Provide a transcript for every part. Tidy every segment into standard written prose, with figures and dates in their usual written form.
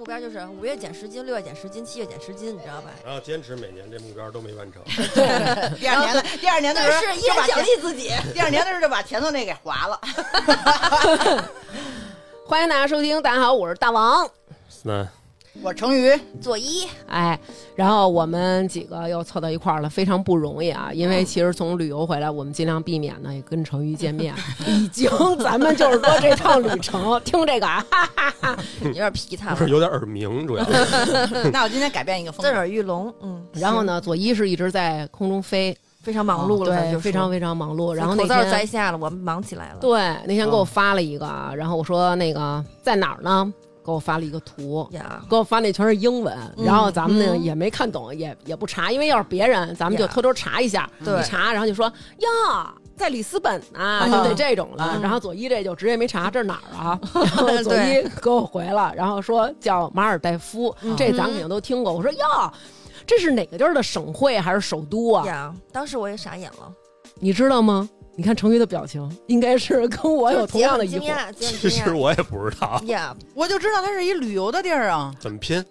标就是5月减10斤，6月减10斤，7月减10斤，你知道吧？ 然后坚持每年这目标都没完成。 对，第二年的时候是依然奖励自己。 第2年的时候就把前头那给划了。 欢迎大家收听，大家好，我是大王。 我成瑜左一， 然后我们几个又凑到一块儿了，非常不容易啊！因为其实从旅游回来，我们尽量避免呢也跟成瑜见面。已经，咱们就是说这趟旅程，听这个啊，哈哈哈， 有点皮他了， 不是有点耳鸣，主要。 那我今天改变一个风格， 震耳欲聋。 然后呢，左一是一直在空中飞。 非常忙碌了， 对，非常非常忙碌。然后口罩摘下了，我们忙起来了。 对，那天给我发了一个，然后我说那个在哪儿呢？给我发了一个图，给我发那全是英文，然后咱们呢也没看懂，也不查，因为要是别人，咱们就偷偷查一下，一查，然后就说呀，在里斯本呢，就得这种了。然后左一这就直接没查，这是哪儿啊？然后左一给我回了，然后说叫马尔代夫，这咱肯定都听过。我说呀。这是哪个地儿的省会还是首都啊？ 呀，当时我也傻眼了。 你知道吗？你看成瑜的表情，应该是跟我有同样的疑惑。 其实我也不知道。 呀， 我就知道它是一旅游的地儿啊。 怎么拼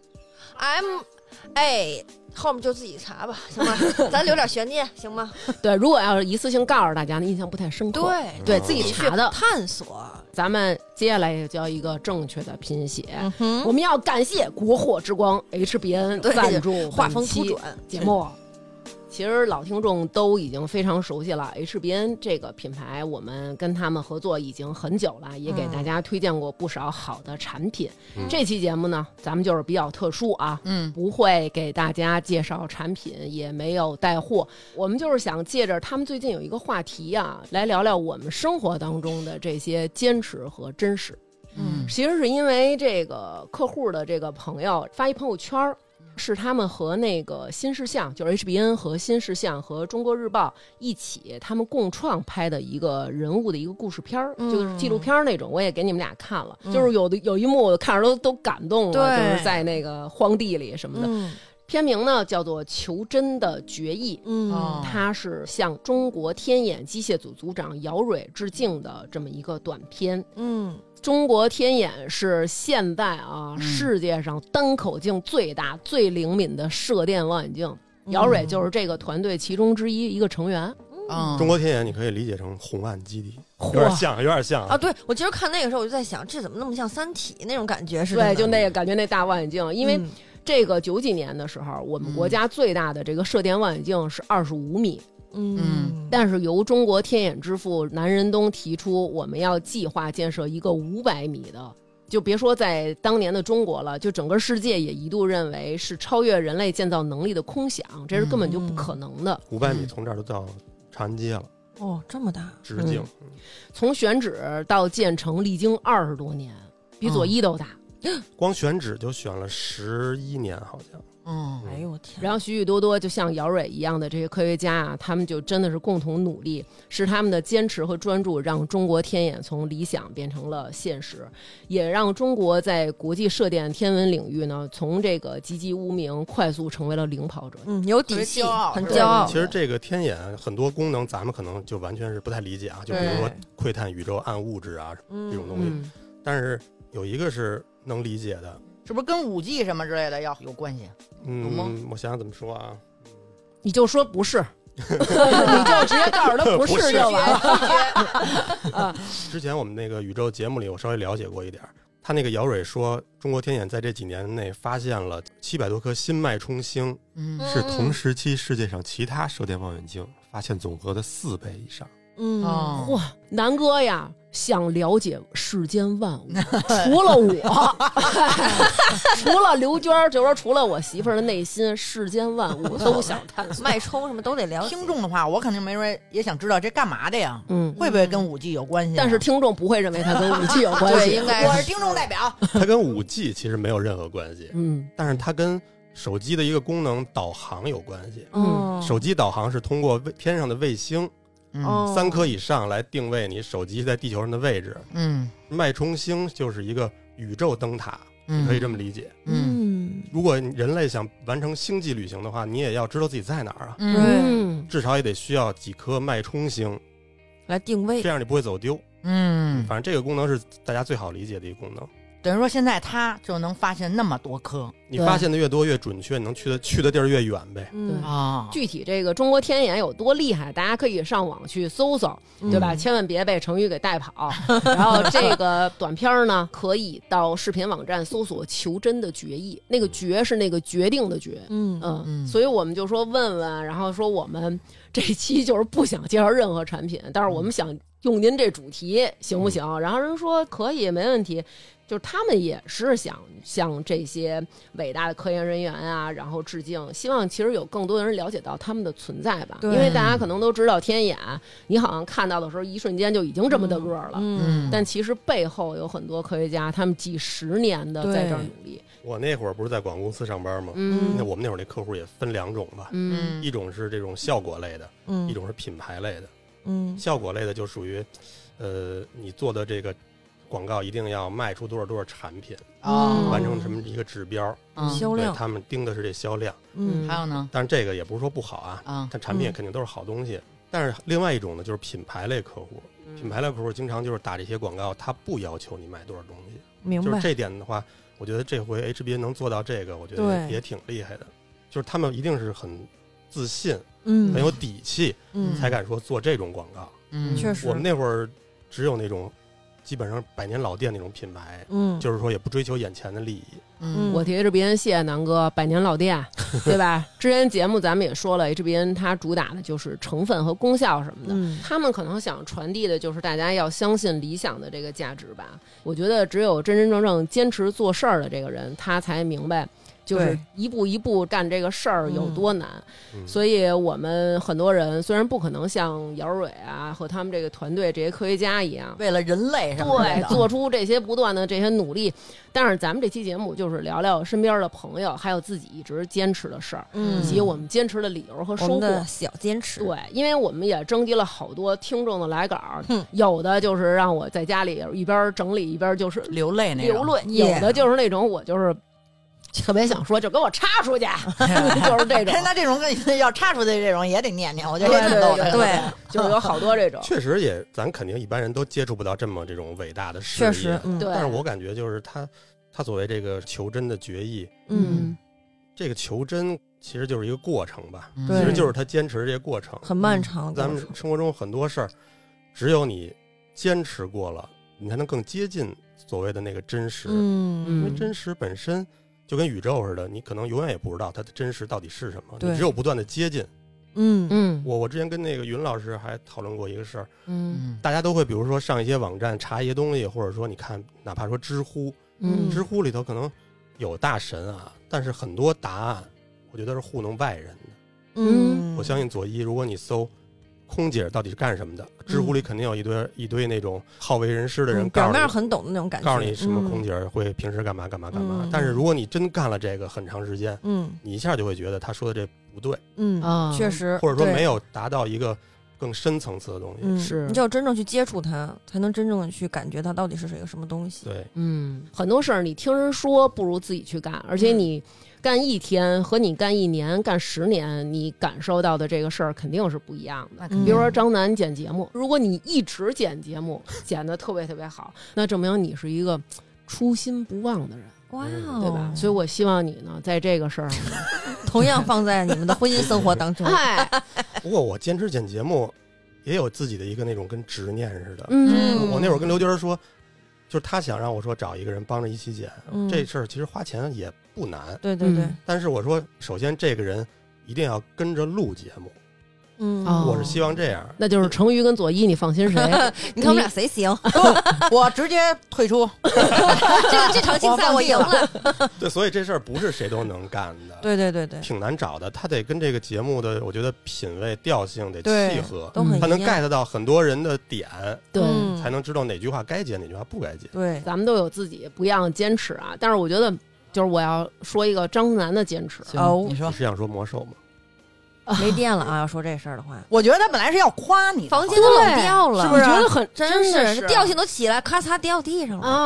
？MA 后面就自己查吧，行吗？咱留点悬念，行吗？ 对，如果要是一次性告诉大家，印象不太深刻。对，自己查的探索。 咱们接下来也教一个正确的拼写。我们要感谢国货之光 HBN 赞助画风突转节目。其实老听众都已经非常熟悉了 HBN 这个品牌，我们跟他们合作已经很久了，也给大家推荐过不少好的产品。这期节目呢，咱们就是比较特殊啊，不会给大家介绍产品，也没有带货，我们就是想借着他们最近有一个话题啊，来聊聊我们生活当中的这些坚持和真实。其实是因为这个客户的这个朋友发一朋友圈，是他们和那个新事项，就是 HBN 和新事项和中国日报一起，他们共创拍的一个人物的一个故事片，就是纪录片那种。我也给你们俩看了，就是有一幕我看着都感动了，就是在那个荒地里什么的。片名呢叫做《求真的决议》，它是向中国天眼机械组组长姚蕊致敬的这么一个短片。中国天眼是现在世界上单口径最大、最灵敏的射电望远镜，姚蕊就是这个团队其中之一个成员。 中国天眼你可以理解成红岸基地，有点像啊。对，我今儿看那个时候我就在想，这怎么那么像三体那种感觉似的？对，就那个感觉，那大望远镜，因为这个90几年的时候，我们国家最大的这个射电望远镜是25米。但是由中国天眼之父南仁东提出，我们要计划建设一个500米的，就别说在当年的中国了，就整个世界也一度认为是超越人类建造能力的空想，这是根本就不可能的。 500米从这儿就到长安街了。 哦，这么大直径。 从选址到建成历经20多年，比左一都大。 光选址就选了11年，好像。 哎呦我天！ 然后许许多多就像姚蕊一样的这些科学家啊，他们就真的是共同努力，是他们的坚持和专注，让中国天眼从理想变成了现实，也让中国在国际射电天文领域呢，从这个籍籍无名快速成为了领跑者。 有底气，很骄傲。 其实这个天眼很多功能，咱们可能就完全是不太理解啊，就比如说窥探宇宙暗物质啊这种东西，但是有一个是能理解的。 是不是跟5G 什么之类的要有关系？ 我想想怎么说啊？ 你就说不是，你就直接告诉他不是就完了。 之前我们那个宇宙节目里，我稍微了解过一点，他那个姚蕊说，中国天眼在这几年内发现了700多颗新脉冲星，是同时期世界上其他射电望远镜发现总和的4倍以上。 哇，南哥呀，想了解世间万物，除了我，除了刘娟，就是说除了我媳妇儿的内心，世间万物都想探索， 脉冲什么都得了解。 听众的话，我肯定没人也想知道这干嘛的呀？会不会跟5G 有关系？ 但是听众不会认为它跟5G 有关系， 对，应该我是听众代表。 它跟5G 其实没有任何关系，但是它跟手机的一个功能导航有关系。手机导航是通过天上的卫星。3颗以上来定位你手机在地球上的位置。脉冲星就是一个宇宙灯塔，你可以这么理解。如果人类想完成星际旅行的话，你也要知道自己在哪儿啊。至少也得需要几颗脉冲星来定位， 这样你不会走丢。反正这个功能是大家最好理解的一个功能。 等于说现在他就能发现那么多颗， 你发现的越多越准确，能去的地儿越远呗。 具体这个中国天眼有多厉害，大家可以上网去搜搜，对吧？千万别被成语给带跑。然后这个短片呢，可以到视频网站搜索求真的决议，那个决是那个决定的决。所以我们就说问问，然后说我们这期就是不想介绍任何产品，但是我们想用您这主题行不行？然后人说可以，没问题。就是他们也是想向这些伟大的科研人员啊，然后致敬，希望其实有更多的人了解到他们的存在吧。因为大家可能都知道天眼，你好像看到的时候一瞬间就已经这么大个了，但其实背后有很多科学家，他们几十年的在这儿努力。 我那会儿不是在广告公司上班吗？那我们那会儿那客户也分2种吧，一种是这种效果类的，一种是品牌类的。效果类的就属于，你做的这个广告一定要卖出多少产品，完成什么一个指标， 销量， 他们盯的是这销量。 还有呢， 但是这个也不是说不好啊，但产品肯定都是好东西。但是另外一种呢，就是品牌类客户，品牌类客户经常就是打这些广告，他不要求你买多少东西。 明白。 就是这点的话，我觉得这回 HBN 能做到这个，我觉得也挺厉害的。就是他们一定是很自信，很有底气，才敢说做这种广告。 确实， 我们那会儿只有那种基本上100年老店那种品牌，就是说也不追求眼前的利益。 我替 HBN 谢谢南哥，100年老店，对吧？之前节目咱们也说了 ，HBN 它主打的就是成分和功效什么的，他们可能想传递的就是大家要相信理想的这个价值吧。我觉得只有真真正正坚持做事儿的这个人，他才明白。就是一步一步干这个事儿有多难，所以我们很多人虽然不可能像姚蕊啊和他们这个团队这些科学家一样， 为了人类什么的， 对，做出这些不断的这些努力，但是咱们这期节目就是聊聊身边的朋友，还有自己一直坚持的事儿，以及我们坚持的理由和收获。 小坚持， 对，因为我们也征集了好多听众的来稿，有的就是让我在家里一边整理一边就是流泪那种， 流泪，有的就是那种我就是特别想说，就给我插出去，就是这种。 那这种要插出去这种也得念念，我觉得也挺逗的。 对，就是有好多这种。 确实也，咱肯定一般人都接触不到这么这种伟大的事业。 确实， 对。 但是我感觉就是他所谓这个求真的决议，这个求真其实就是一个过程吧，其实就是他坚持这个过程， 很漫长。 咱们生活中很多事儿，只有你坚持过了，你才能更接近所谓的那个真实。因为真实本身就跟宇宙似的，你可能永远也不知道它的真实到底是什么，你只有不断的接近。我之前跟那个云老师还讨论过一个事儿，大家都会比如说上一些网站查一些东西，或者说你看哪怕说知乎，知乎里头可能有大神啊，但是很多答案我觉得是糊弄外人的。我相信左一，如果你搜空姐到底是干什么的，知乎里肯定有一堆那种好为人师的人， 表面很懂的那种感觉， 告诉你什么空姐会平时干嘛干嘛干嘛。但是如果你真干了这个很长时间，你一下就会觉得他说的这不对。 确实， 或者说没有达到一个更深层次的东西。 是， 你就要真正去接触它，才能真正的去感觉它到底是一个什么东西。 对， 很多事儿你听人说不如自己去干，而且你干1天和你干1年、干10年，你感受到的这个事儿肯定是不一样的。比如说张楠剪节目，如果你一直剪节目，剪得特别特别好，那证明你是一个初心不忘的人。 哇哦， 对吧？所以我希望你呢，在这个事儿上同样放在你们的婚姻生活当中。 不过我坚持剪节目，也有自己的一个那种跟执念似的。我那会儿跟刘娟说，就是他想让我说找一个人帮着一起剪，这事儿其实花钱也不难。 对对对。 但是我说，首先这个人一定要跟着录节目。我是希望这样。 那就是成瑜跟左一，你放心谁？ 你看我们俩谁行？ 我直接退出。 这场竞赛我赢了。 对，所以这事儿不是谁都能干的。 对对对对， 挺难找的。他得跟这个节目的，我觉得品味调性得契合， 都很他能 get 到很多人的点， 对， 才能知道哪句话该接，哪句话不该接。 对， 咱们都有自己不一样的坚持啊。但是我觉得，就是我要说一个张楠的坚持。 你说你是想说魔兽吗？ 没电了啊！要说这事儿的话， 我觉得他本来是要夸你， 房间都冷掉了， 是不是？觉得很真是调性都起来，咔嚓掉地上了啊！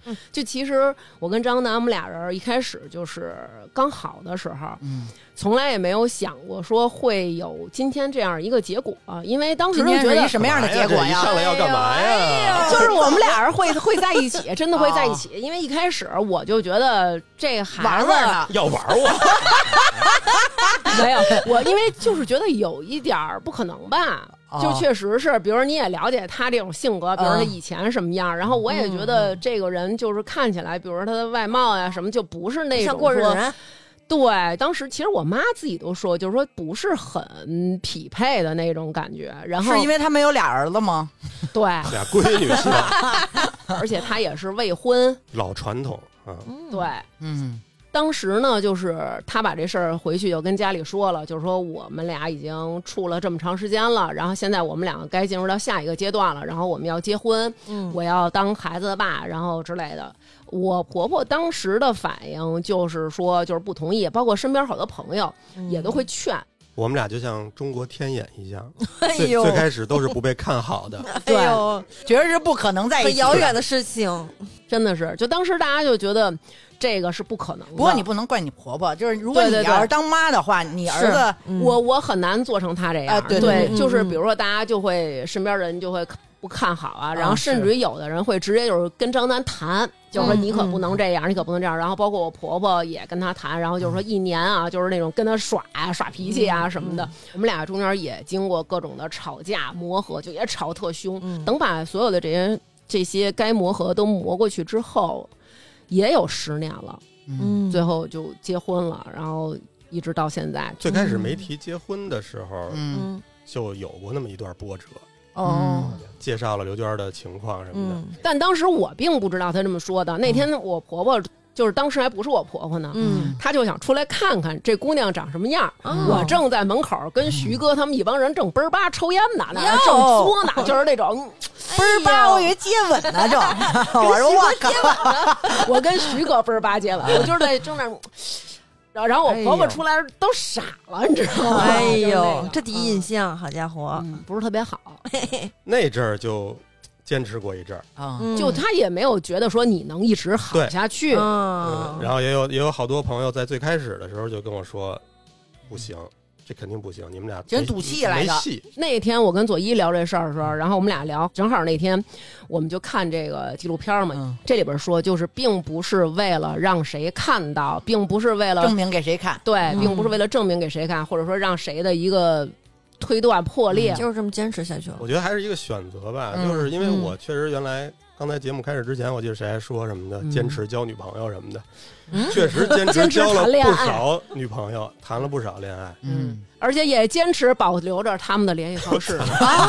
就其实我跟张楠我们俩人一开始就是刚好的时候，从来也没有想过说会有今天这样一个结果，因为当时就觉得什么样的结果呀？ 上来要干嘛呀？ 就是我们俩人会在一起，真的会在一起。因为一开始我就觉得这孩子要玩我， 没有我，因为就是觉得有一点不可能吧。就确实是，比如说你也了解他这种性格，比如说他以前什么样，然后我也觉得这个人就是看起来，比如说他的外貌呀什么，就不是那种像过日人。 对，当时其实我妈自己都说，就是说不是很匹配的那种感觉。然后是因为他没有俩儿子吗？ 对， 俩闺女是吧？ 而且他也是未婚， 老传统啊。 对，当时呢，就是他把这事儿回去就跟家里说了，就是说我们俩已经处了这么长时间了，然后现在我们两个该进入到下一个阶段了，然后我们要结婚，我要当孩子的爸，然后之类的。我婆婆当时的反应就是说，就是不同意，包括身边好多朋友也都会劝。 我们俩就像中国天眼一样，最开始都是不被看好的， 对， 觉得是不可能在一起， 很遥远的事情， 真的是，就当时大家就觉得这个是不可能的。 不过你不能怪你婆婆，就是如果你要是当妈的话，你儿子， 我很难做成他这样。对，就是比如说大家就会身边人就会不看好啊，然后甚至于有的人会直接就是跟张楠谈。就是说你可不能这样，你可不能这样。然后包括我婆婆也跟他谈，然后就是说1年啊，就是那种跟他耍脾气啊什么的。我们俩中间也经过各种的吵架磨合，就也吵特凶。等把所有的这些该磨合都磨过去之后，也有10年了。最后就结婚了，然后一直到现在。 最开始没提结婚的时候，就有过那么一段波折。介绍了刘娟的情况什么的， 但当时我并不知道她这么说的。那天我婆婆就是当时还不是我婆婆呢，她就想出来看看这姑娘长什么样。我正在门口跟徐哥他们一帮人正嘣吧抽烟呢，那正作呢，就是那种嘣吧，我以为接吻呢，正我说我接吻呢，我跟徐哥嘣吧接吻，我就是在正那。然后我婆婆出来都傻了，你知道吗？ 哎呦，这第一印象，好家伙， 不是特别好。 那阵儿就坚持过一阵儿就他也没有觉得说你能一直好下去。 然后也有好多朋友在最开始的时候就跟我说，不行。这肯定不行，你们俩真赌气来的。 那天我跟左一聊这事儿的时候，然后我们俩聊，正好那天我们就看这个纪录片嘛，这里边说就是并不是为了让谁看到，并不是为了证明给谁看， 对，并不是为了证明给谁看，或者说让谁的一个推断破裂， 就是这么坚持下去了。 我觉得还是一个选择吧，就是因为我确实原来刚才节目开始之前，我记得谁还说什么的，坚持交女朋友什么的。确实坚持交了不少女朋友，谈了不少恋爱， 而且也坚持保留着他们的联系方式，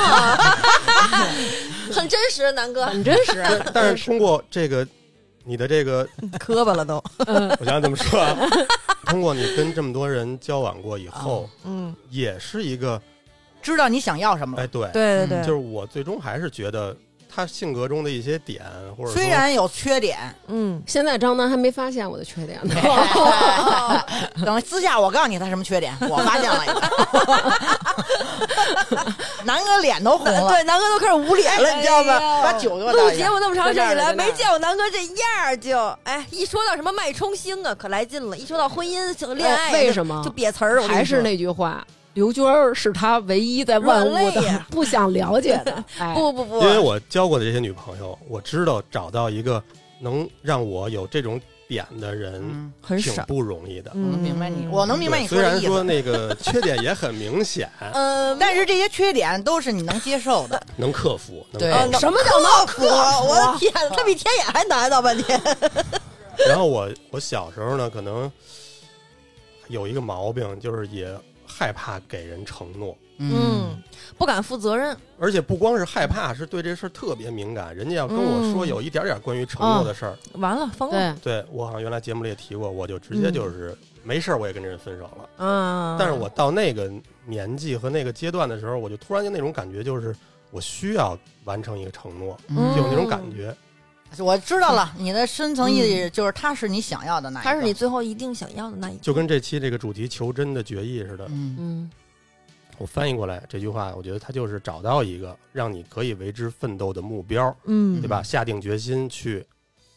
很真实，南哥， 很真实。 但是通过这个，你的这个磕巴了都， 我想怎么说啊？通过你跟这么多人交往过以后，也是一个知道你想要什么。 哎，对， 对， 就是我最终还是觉得。他性格中的一些点，或者虽然有缺点， 现在张楠还没发现我的缺点呢。 等私下我告诉你他什么缺点，我发现了一个。南哥脸都红了， 对，南哥都开始捂脸了，你知道吗？ 把酒给我录节目那么长时间以来，没见过南哥这样，就一说到什么脉冲星啊，可来劲了；一说到婚姻、恋爱， 为什么就瘪词儿？ 还是那句话。刘娟是他唯一在万物的不想了解的。 不， 因为我交过的这些女朋友，我知道找到一个能让我有这种点的人很挺不容易的。 我能明白你，我能明白你说的意思。 虽然说那个缺点也很明显， 但是这些缺点都是你能接受的， 能克服。 对， 什么叫能克服？我的天，他比天眼还难到半天。 然后我小时候呢，可能有一个毛病，就是也害怕给人承诺， 不敢负责任， 而且不光是害怕，是对这事儿特别敏感。人家要跟我说有一点点关于承诺的事儿， 完了疯了。 对，我好像原来节目里也提过，我就直接就是没事儿我也跟这人分手了。但是我到那个年纪和那个阶段的时候，我就突然间那种感觉，就是我需要完成一个承诺，就有那种感觉。 我知道了，你的深层意义就是他是你想要的那一个， 他是你最后一定想要的那一个， 就跟这期这个主题求真的决议似的。我翻译过来这句话，我觉得他就是找到一个让你可以为之奋斗的目标，对吧？下定决心去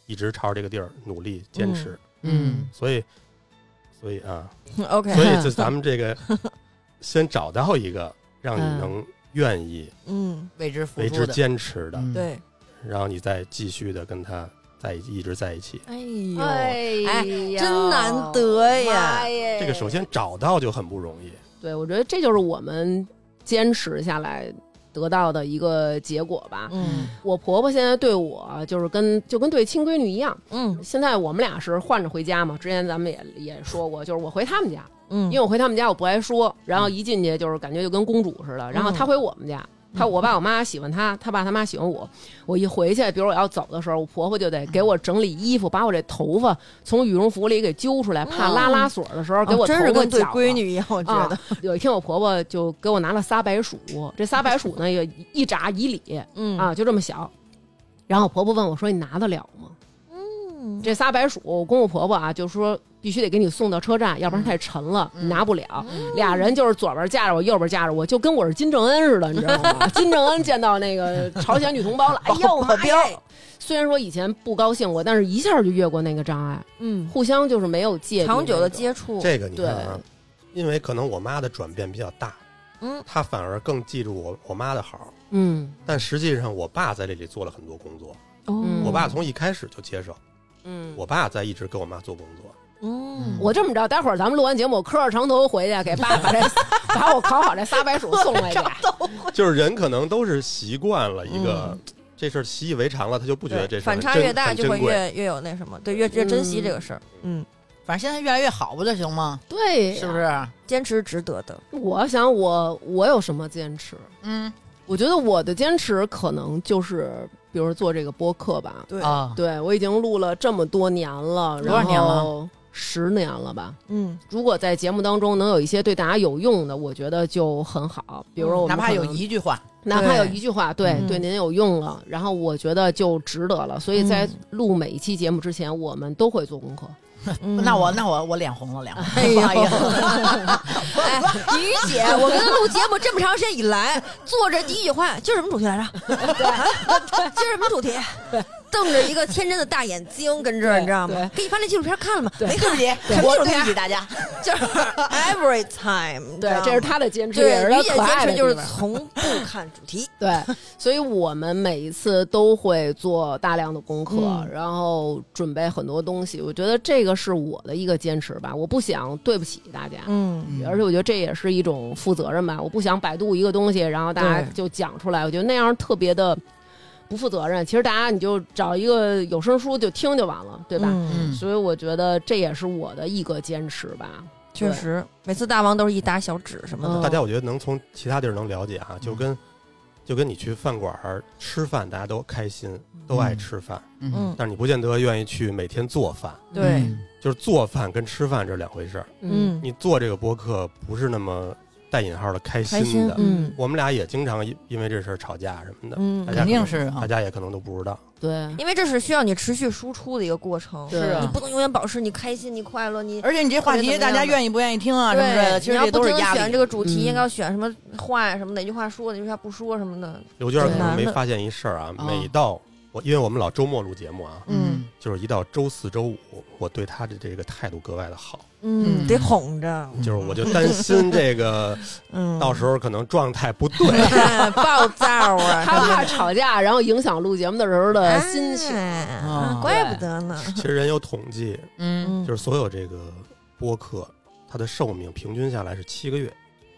一直朝着这个地儿努力坚持。所以啊 ，OK， 所以就咱们这个先找到一个让你能愿意为之坚持的， 对， 然后你再继续的跟他一直在一起。 哎呦，真难得呀！ 这个首先找到就很不容易。 对，我觉得这就是我们坚持下来得到的一个结果吧。我婆婆现在对我就跟对亲闺女一样。现在我们俩是换着回家嘛，之前咱们也说过，就是我回他们家，因为我回他们家我不爱说，然后一进去就是感觉就跟公主似的，然后她回我们家。我爸我妈喜欢他爸他妈喜欢我。我一回去，比如我要走的时候，我婆婆就得给我整理衣服，把我这头发从羽绒服里给揪出来，怕拉锁的时候给我头发真是跟对闺女一样，我觉得。 有一天我婆婆就给我拿了仨白薯，这仨白薯呢也一拃一粒，就这么小。然后我婆婆问我说：“你拿得了吗？”这仨白薯，我公公婆婆啊就说必须得给你送到车站，要不然太沉了，你拿不了。俩人就是左边架着我，右边架着我，就跟我是金正恩似的，你知道吗？金正恩见到那个朝鲜女同胞了，哎呦妈呀！虽然说以前不高兴过，但是一下就越过那个障碍，互相就是没有芥蒂， 长久的接触。 这个你看啊，因为可能我妈的转变比较大，她反而更记住我妈的好，但实际上我爸在这里做了很多工作，我爸从一开始就接受。我爸在一直跟我妈做工作。 我这么着，待会儿咱们录完节目，我磕着长头回去给爸把我烤好这仨白薯送回去。 就是人可能都是习惯了一个这事儿，习以为常了，他就不觉得这事儿反差越大，就会越有那什么，对，越珍惜这个事儿。 反正现在越来越好不就行吗？ 对， 是不是？ 坚持值得的。 我想我有什么坚持？我觉得我的坚持可能就是，比如做这个播客吧。 对对，我已经录了这么多年了， 多少年了 ？10年了吧。如果在节目当中能有一些对大家有用的，我觉得就很好。比如说我们哪怕有一句话， 对您有用了，然后我觉得就值得了。所以在录每一期节目之前，我们都会做功课。 那我脸红了，不好意思。 于姐，我跟她录节目这么长时间以来，坐着第一句话今儿什么主题来着？对，今儿什么主题？瞪着一个天真的大眼睛跟这儿，你知道吗？给你发那纪录片看了吗？没看见， 我对不起大家， 就是 every time。 对，这是他的坚持， 对， 也是他可爱的坚持就是从不看主题。 对，所以我们每一次都会做大量的功课，然后准备很多东西。我觉得这个是我的一个坚持吧，我不想对不起大家，而且我觉得这也是一种负责任吧。我不想百度一个东西，然后大家就讲出来，我觉得那样特别的不负责任。其实大家你就找一个有声书就听就完了，对吧？所以我觉得这也是我的一个坚持吧。 确实，每次大王都是一沓小纸什么的。 大家我觉得能从其他地儿能了解哈，就跟你去饭馆吃饭，大家都开心，都爱吃饭，但是你不见得愿意去每天做饭。 对， 就是做饭跟吃饭这是两回事儿。你做这个播客不是那么带引号的开心的。我们俩也经常因为这事儿吵架什么的。 肯定是， 大家也可能都不知道。 对， 因为这是需要你持续输出的一个过程。 是啊， 你不能永远保持你开心、你快乐， 而且你这话题大家愿意不愿意听啊什么的，其实这都是压力。 你要不选这个主题，应该要选什么话呀？什么哪句话说，哪句话不说什么的。 刘娟可能没发现一事儿啊，每到因为我们老周末录节目啊，就是一到周4、周5，我对他的这个态度格外的好。 得哄着。 就是我就担心这个，到时候可能状态不对， 暴躁啊， 他怕吵架，然后影响录节目的时候的心情。 怪不得呢。 其实人有统计，就是所有这个播客，它的寿命平均下来是7个月。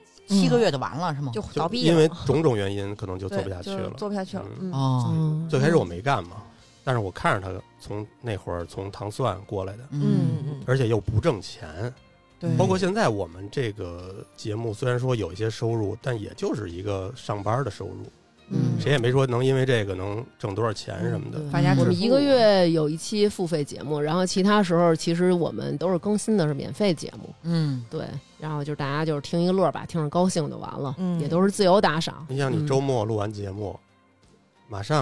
7个月就完了是吗？ 就倒闭了， 因为种种原因，可能就做不下去了。 做不下去了。 最开始我没干嘛，但是我看着他从那会儿从糖蒜过来的，而且又不挣钱。 对， 包括现在我们这个节目虽然说有一些收入，但也就是一个上班的收入。谁也没说能因为这个能挣多少钱什么的。 我们1个月有一期付费节目，然后其他时候其实我们都是更新的是免费节目。对，然后就是大家就是听一个乐吧，听着高兴就完了，也都是自由打赏。 你想，你周末录完节目，马上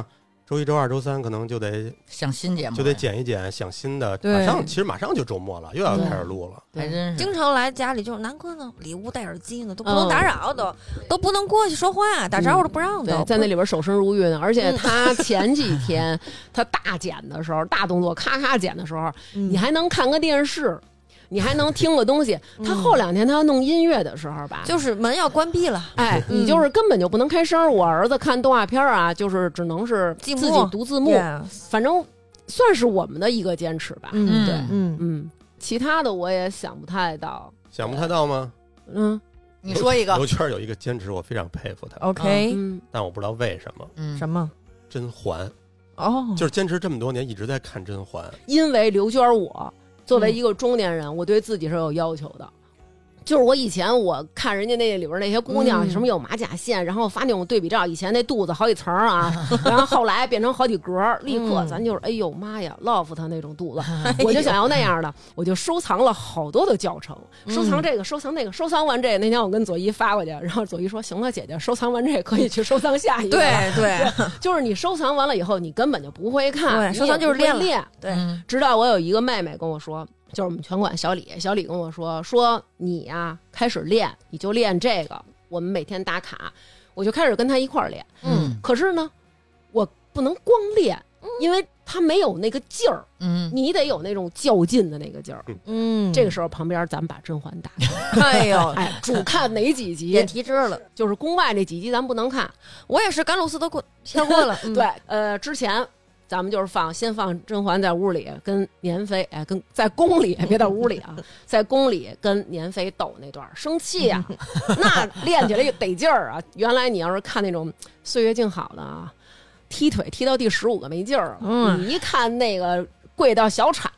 周一周二周三可能就得想新节目， 就得剪一剪，想新的。马上就周末了，又要开始录了。 还真是经常来家里就是南哥呢，里屋戴耳机呢，都不能打扰，都不能过去说话，打招呼都不让的， 在那里边守身如玉呢。而且他前几天他大剪的时候，大动作咔咔剪的时候，你还能看个电视。你还能听个东西，他后2天他要弄音乐的时候吧， 就是门要关闭了， 你就是根本就不能开声。我儿子看动画片啊，就是只能是自己读字幕，反正算是我们的一个坚持吧。对，其他的我也想不太到吗？ 你说一个。 刘娟有一个坚持，我非常佩服他。 OK， 但我不知道为什么。 什么？ 甄嬛。 哦， 就是坚持这么多年一直在看甄嬛， 因为刘娟我。作为一个中年人，我对自己是有要求的。就是我以前我看人家那里边那些姑娘，什么有马甲线，然后发那种对比照，以前那肚子好几层啊，然后后来变成好几格，立刻咱就是哎呦妈呀 ，love 她那种肚子，我就想要那样的，我就收藏了好多的教程，收藏这个，收藏那个，收藏完这个，那天我跟左一发过去，然后左一说行了，姐姐，收藏完这个可以去收藏下一个。 对， 就是你收藏完了以后，你根本就不会看， 对，收藏就是练， 对，直到我有一个妹妹跟我说。就是我们拳馆小李跟我说你呀开始练，你就练这个，我们每天打卡，我就开始跟他一块儿练。可是呢，我不能光练，因为他没有那个劲儿。你得有那种较劲的那个劲儿。这个时候旁边咱们把甄嬛打开。 哎呦， 主看哪几集？ 点题知了， 就是宫外那几集咱不能看。 我也是甘露寺都跳过了。 对，之前。咱们就是先放甄嬛在屋里跟年妃，跟在宫里，别到屋里啊，在宫里跟年妃斗那段生气啊，那练起来得劲儿啊。原来你要是看那种岁月静好的啊，踢腿踢到第15个没劲儿，你一看那个跪到小产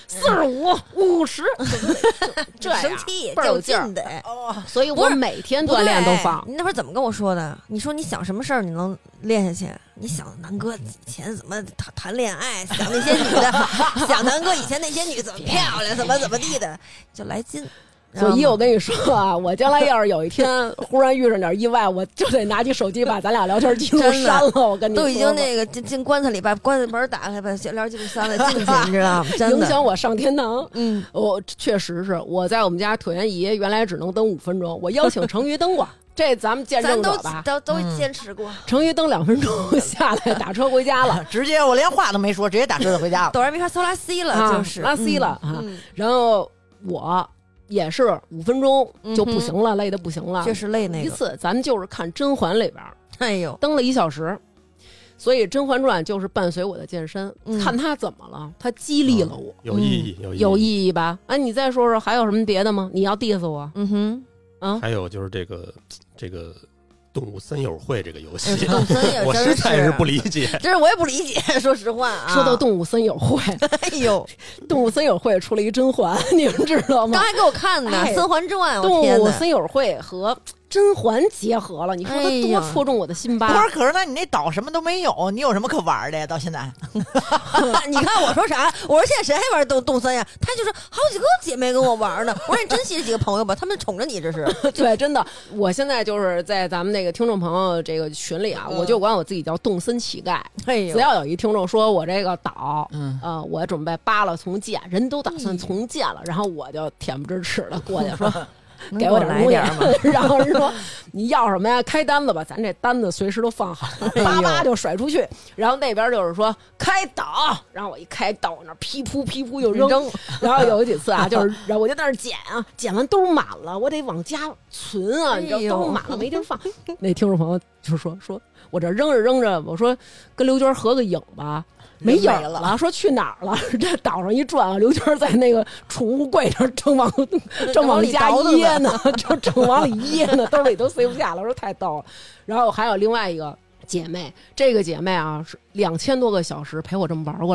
45、50，这样生气倍儿有劲儿的。 所以我每天锻炼都放。 你那会儿怎么跟我说的？你说你想什么事儿你能练下去？你想南哥以前怎么谈恋爱，想那些女的，想南哥以前那些女怎么漂亮，怎么地的，就来劲。 所以我跟你说啊，我将来要是有一天忽然遇上点意外，我就得拿起手机把咱俩聊天记录删了。我跟你说， 都已经那个进棺材里，把棺材门打开，把聊天记录删了进去，你知道吗？真的影响我上天堂。我确实是我在我们家椭圆仪原来只能登5分钟，我邀请成瑜登过。这咱们见证者吧， 都坚持过。 成瑜登2分钟下来打车回家了， 直接我连话都没说，直接打车就回家了。 哆来咪发嗦拉西了，就是拉西了啊。然后我也是5分钟就不行了，累得不行了， 确实累。那一次咱们就是看甄嬛里边， 哎呦， 登了1小时。所以《甄嬛传》就是伴随我的健身，看他怎么了，他激励了我， 有意义吧？你再说说还有什么别的吗？你要 diss 我？ 还有就是这个动物森友会这个游戏， 我实在是不理解。 这是我也不理解，说实话啊。 说到动物森友会， 哎呦， 动物森友会出了一甄嬛，你们知道吗？ 刚还给我看呢，《甄嬛传》。 动物森友会和甄嬛结合了，你说他多戳中我的心吧？ 不是，可是那你那岛什么都没有，你有什么可玩的呀？到现在， 你看我说啥？我说现在谁还玩动森呀？他就说好几个姐妹跟我玩呢。我说你珍惜这几个朋友吧，他们宠着你这是。 对，真的，我现在就是在咱们那个听众朋友这个群里啊，我就管我自己叫动森乞丐。只要有一听众说我这个岛，我准备扒了重建，人都打算重建了，然后我就恬不知耻的过去说。给我点东西，然后人说你要什么呀？开单子吧，咱这单子随时都放好了，叭叭就甩出去。然后那边就是说开岛，然后我一开岛那噼噗噼噗就扔。然后有几次啊，就是然后我就在那捡啊，捡完都满了，我得往家存啊，你知道都满了没地儿放。那听众朋友就说我这扔着扔着，我说跟刘娟合个影吧。没影了，说去哪儿了？这岛上一转啊，刘娟在那个储物柜上正往家掖呢，正往里掖呢，兜里都塞不下了，说太逗了。然后还有另外一个姐妹，这个姐妹啊是2000多个小时陪我这么玩过来的。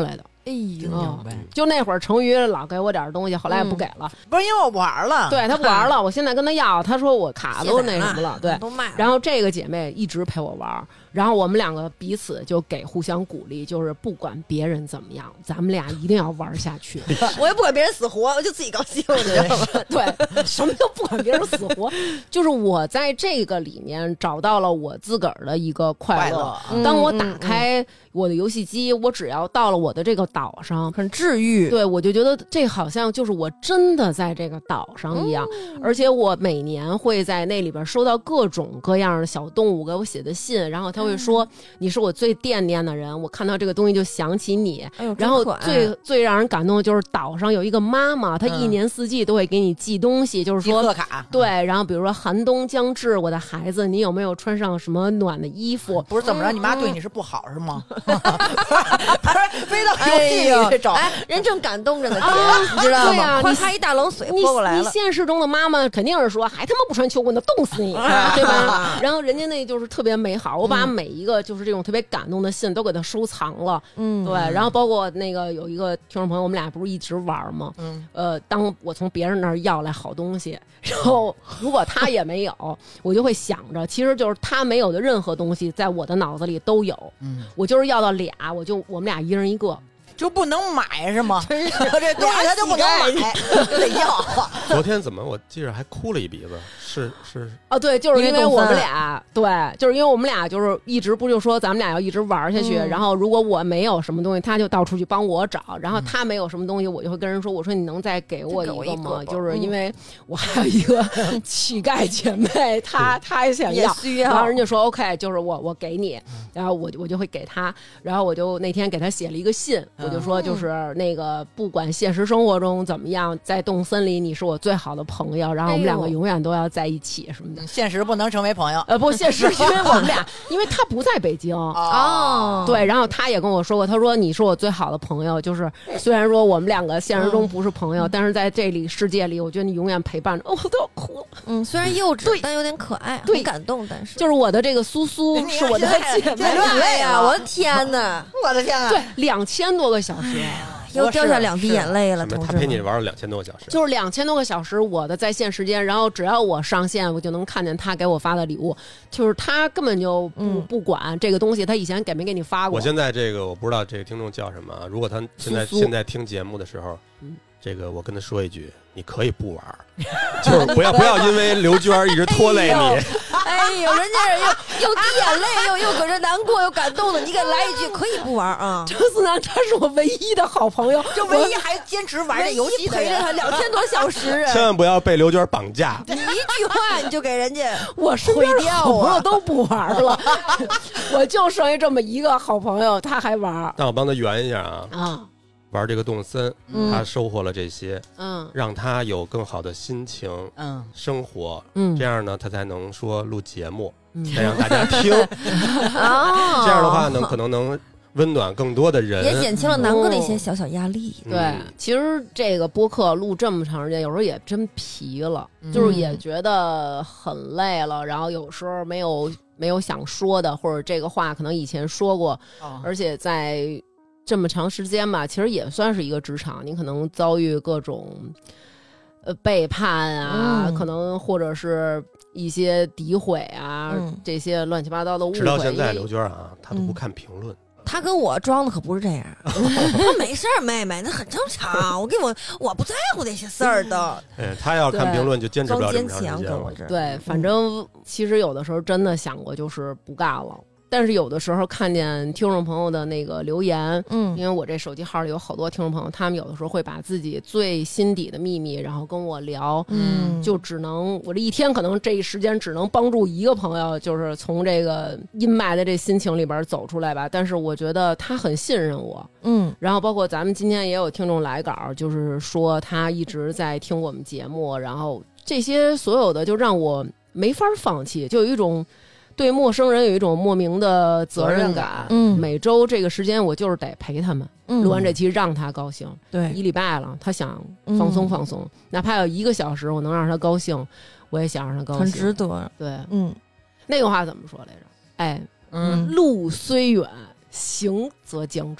哎呦， 就那会儿成瑜老给我点东西，后来也不给了， 不是因为我不玩了， 对他不玩了，我现在跟他要，他说我卡都那什么了，对， 都卖了。 然后这个姐妹一直陪我玩，然后我们两个彼此就给互相鼓励，就是不管别人怎么样，咱们俩一定要玩下去。 我也不管别人死活，我就自己高兴，你知道吗？ 对，什么叫不管别人死活？就是我在这个里面找到了我自个儿的一个快乐。当我打开我的游戏机，我只要到了我的这个岛上， 很治愈。 对，我就觉得这好像就是我真的在这个岛上一样。而且我每年会在那里边收到各种各样的小动物给我写的信，然后他会说你是我最惦念的人，我看到这个东西就想起你。然后最让人感动的就是岛上有一个妈妈，她一年四季都会给你寄东西，就是说贺卡。 对，然后比如说寒冬将至，我的孩子，你有没有穿上什么暖的衣服？ 不是怎么着，你妈对你是不好是吗？不是飞到游戏里去找， 人正感动着呢，你知道吗？ 对呀， 哗嚓一大冷水泼过来了。 你现实中的妈妈肯定是说，还他妈不穿秋裤呢，冻死你，对吧？然后人家那就是特别美好，我把每一个就是这种特别感动的信都给他收藏了，对。然后包括那个有一个听众朋友，我们俩不是一直玩吗？当我从别人那儿要来好东西，然后如果他也没有，我就会想着，其实就是他没有的任何东西，在我的脑子里都有。我就是要到俩，我们俩一人一个。 就不能买是吗？真是这东西他就不能买，就得要。 昨天怎么我记着还哭了一鼻子？是哦，对，就是因为我们俩，对，就是因为我们俩就是一直不就说咱们俩要一直玩下去，然后如果我没有什么东西，他就到处去帮我找，然后他没有什么东西，我就会跟人说，我说你能再给我一个吗？就是因为我还有一个乞丐姐妹，她也想要，然后人家说 OK， 就是我给你，然后我就会给他，然后我就那天给他写了一个信。我就说，就是那个，不管现实生活中怎么样，在动森里你是我最好的朋友，然后我们两个永远都要在一起什么的。 现实不能成为朋友， 不，现实因为我们俩，因为他不在北京对，然后他也跟我说过，他说你是我最好的朋友，就是虽然说我们两个现实中不是朋友，但是在这里世界里，我觉得你永远陪伴着。我都要哭了。 虽然幼稚，但有点可爱，很感动。但是就是我的这个苏苏是我的姐妹， 流泪啊！我的天哪， 我的天啊！ 对，2000多个小时， 又掉下2滴眼泪了。 他陪你玩了2000多个小时， 就是2000多个小时我的在线时间，然后只要我上线，我就能看见他给我发的礼物，就是他根本就不管这个东西，他以前给没给你发过。 我现在这个我不知道这个听众叫什么，如果他现在听节目的时候，这个我跟他说一句，你可以不玩，就是不要因为刘娟一直拖累你。 哎呦，人家又滴眼泪，又搁这难过又感动的，你给来一句可以不玩啊！ 张思楠他是我唯一的好朋友， 就唯一还坚持玩这游戏的人， 陪着他2000多小时， 千万不要被刘娟绑架。 你一句话你就给人家我身边的好朋友都不玩了，我就剩下这么一个好朋友，他还玩。 但我帮他圆一下啊。玩这个动森，他收获了这些，让他有更好的心情，生活，这样呢，他才能说录节目，再让大家听，这样的话呢，可能能温暖更多的人， 也减轻了南哥的一些小小压力。 对，其实这个播客录这么长时间，有时候也真疲了，就是也觉得很累了，然后有时候没有想说的，或者这个话可能以前说过，而且在这么长时间吧，其实也算是一个职场，你可能遭遇各种背叛啊，可能或者是一些诋毁啊，这些乱七八糟的误会。 直到现在，刘娟啊，她都不看评论。 他跟我装的可不是这样，他没事儿，妹妹，那很正常。我不在乎那些事儿的。 他要看评论就坚持不了这么长时间了。 对，反正其实有的时候真的想过就是不干了。但是有的时候看见听众朋友的那个留言，因为我这手机号里有好多听众朋友，他们有的时候会把自己最心底的秘密，然后跟我聊，就只能我这一天可能这一时间只能帮助一个朋友，就是从这个阴霾的这心情里边走出来吧。但是我觉得他很信任我，然后包括咱们今天也有听众来稿，就是说他一直在听我们节目，然后这些所有的就让我没法放弃，就有一种。对陌生人有一种莫名的责任感。每周这个时间我就是得陪他们，录完这期让他高兴。对，1礼拜了，他想放松放松，哪怕有1个小时，我能让他高兴，我也想让他高兴， 很值得。 对，那个话怎么说来着？路虽远，行则将至。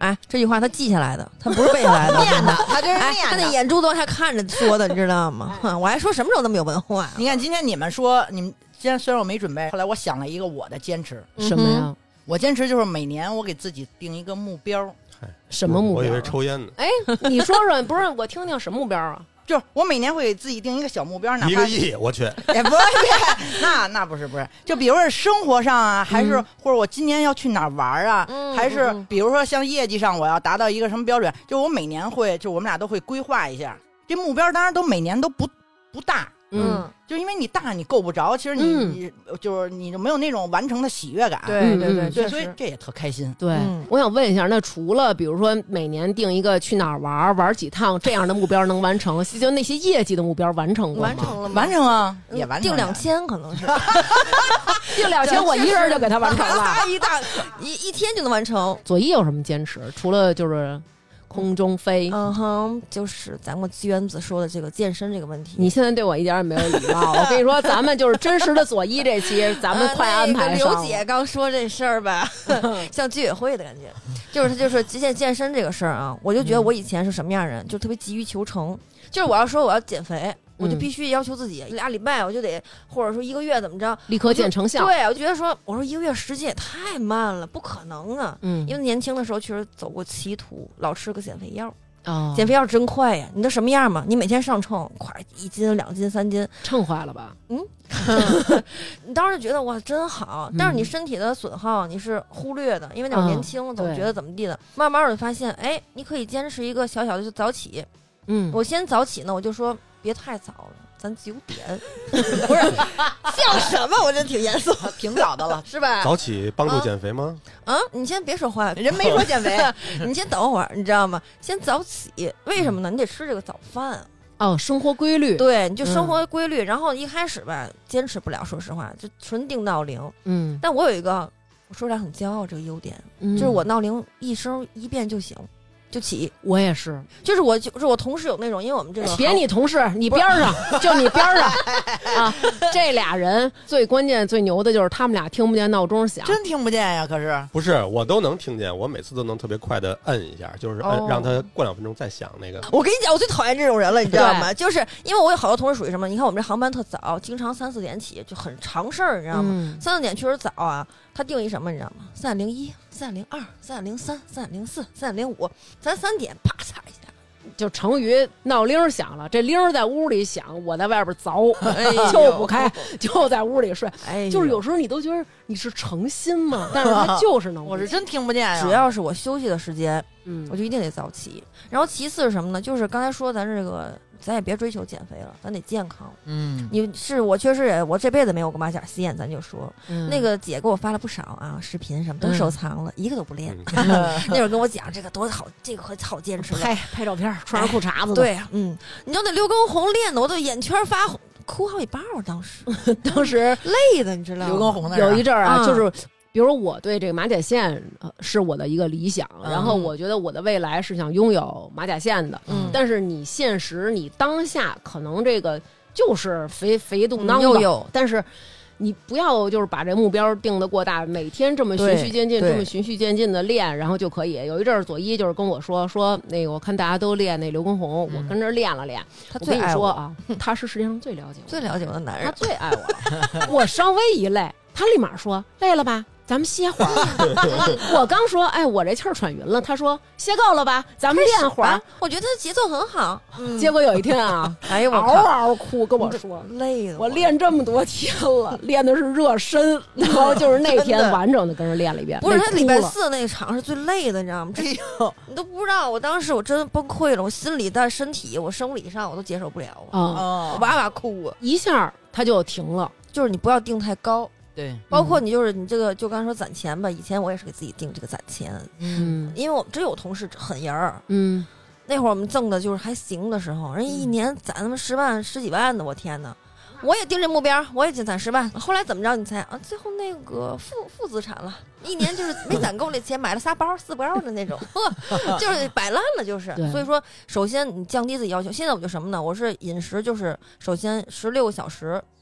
哎，这句话他记下来的，他不是背下来的， 念的，他这是念的。 他那眼珠都他看着说的，你知道吗？我还说什么时候那么有文化？ 你看今天你们说，你们今天虽然我没准备，后来我想了一个我的坚持， 什么呀？ 我坚持就是每年我给自己定一个目标。 什么目标？ 我以为抽烟呢。 哎，你说说，不是我听听什么目标啊？ 就是我每年会给自己定一个小目标，哪怕 1个亿，我去， 也不是，那不是，就比如说生活上啊，还是或者我今年要去哪儿玩啊，还是比如说像业绩上我要达到一个什么标准，就我每年会，就我们俩都会规划一下。这目标当然都每年都不大，就因为你大你够不着，其实你就是你就没有那种完成的喜悦感。 对， 所以这也特开心。 对，我想问一下，那除了比如说每年定一个去哪儿玩几趟这样的目标能完成，就那些业绩的目标完成过吗？ 完成了吗？ 完成啊，也完成定2000可能是定2000，我一人就给他完成了， 一天就能完成。 左一有什么坚持？除了就是空中飞， 就是咱们机缘子说的这个健身这个问题。 你现在对我一点也没有礼貌。我跟你说，咱们就是真实的左一这期，咱们快安排上。 刘姐刚说这事儿吧，像居委会的感觉，就是极限健身这个事儿啊，我就觉得我以前是什么样人，就特别急于求成，就是我要说我要减肥。我就必须要求自己2礼拜我就得，或者说1个月怎么着， 立刻见成效。 对，我就觉得说，我说1个月时间也太慢了，不可能啊。因为年轻的时候确实走过歧途，老吃个减肥药。减肥药真快呀！你都什么样嘛？你每天上秤，快1斤、2斤、3斤， 秤坏了吧？ 你当时觉得哇真好，但是你身体的损耗你是忽略的，因为那会儿年轻，总觉得怎么地的。慢慢的发现，哎，你可以坚持一个小小的就早起。我先早起呢，我就说。别太早了，咱9点，不是像什么？我真挺严肃， 挺早的了， 是吧？ 早起帮助减肥吗？ 你先别说话， 人没说减肥， 你先等会儿，你知道吗？先早起，为什么呢？你得吃这个早饭。 生活规律， 对，你就生活规律。然后一开始吧，坚持不了，说实话，就纯定闹铃。但我有一个，我说来很骄傲这个优点，就是我闹铃一声一遍就醒。就起， 我也是， 就是我同事有那种，因为我们这个别你同事，你边上就你边上啊，这俩人最关键最牛的就是他们俩听不见闹钟响， 真听不见呀。可是不是我都能听见，我每次都能特别快的摁一下，就是让他过2分钟再响那个。 我跟你讲，我最讨厌这种人了，你知道吗？就是因为我有好多同事属于什么？你看我们这航班特早，经常3、4点起，就很常事儿，你知道吗？3、4点确实早啊。他定一什么你知道吗？3.01、3.02、3.03、3.04、3.05，咱3点啪嚓一下， 就成于闹铃响了，这铃在屋里响，我在外边凿，就不开，就在屋里睡。就是有时候你都觉得你是诚心嘛，但是他就是能， 我是真听不见呀。 只要是我休息的时间，我就一定得早起。然后其次是什么呢？就是刚才说咱这个。咱也别追求减肥了，咱得健康。我确实我这辈子没有过马甲线，咱就说，那个姐给我发了不少啊视频什么都收藏了，一个都不练。那会儿跟我讲这个多好，这个好坚持了， 拍照片，穿着裤衩子的。 对，你知道那刘畊宏练的，我都眼圈发红，哭好几包。当时累的，你知道吗？ 刘畊宏有一阵儿啊，就是。比如我对这个马甲线是我的一个理想，然后我觉得我的未来是想拥有马甲线的，但是你现实你当下可能这个就是肥肚囊的，但是你不要就是把这目标定得过大，每天这么循序渐进的练，然后就可以。有一阵儿左一就是跟我说那个我看大家都练那刘畊宏，我跟着练了练。他最爱我啊，他是世界上最了解我的男人，他最爱我了。我稍微一累，他立马说累了吧。咱们歇会儿。我刚说，我这气儿喘匀了。他说歇够了吧，咱们练会儿。 我觉得他的节奏很好。 结果有一天啊， 我嗷嗷哭跟我说， 累了。 我练这么多天了，练的是热身，然后就是那天完整的跟人练了一遍。 不是他礼拜4那场是最累的，你知道吗？你都不知道，我当时我真崩溃了，我心里但身体我生理上我都接受不了我哇哇哭一下他就停了。 就是你不要定太高。 对， 包括你就是你这个，就刚才说攒钱吧，以前我也是给自己定这个攒钱，因为我们真有同事狠人儿，那会儿我们挣的就是还行的时候，人一年攒他妈10万、10几万的，我天哪！我也定这目标，我也攒10万，后来怎么着？你猜啊？最后那个负资产了，一年就是没攒够那钱，买了4包的那种，就是摆烂了，就是。所以说，首先你降低自己要求。现在我就什么呢？我是饮食就是首先16个小时。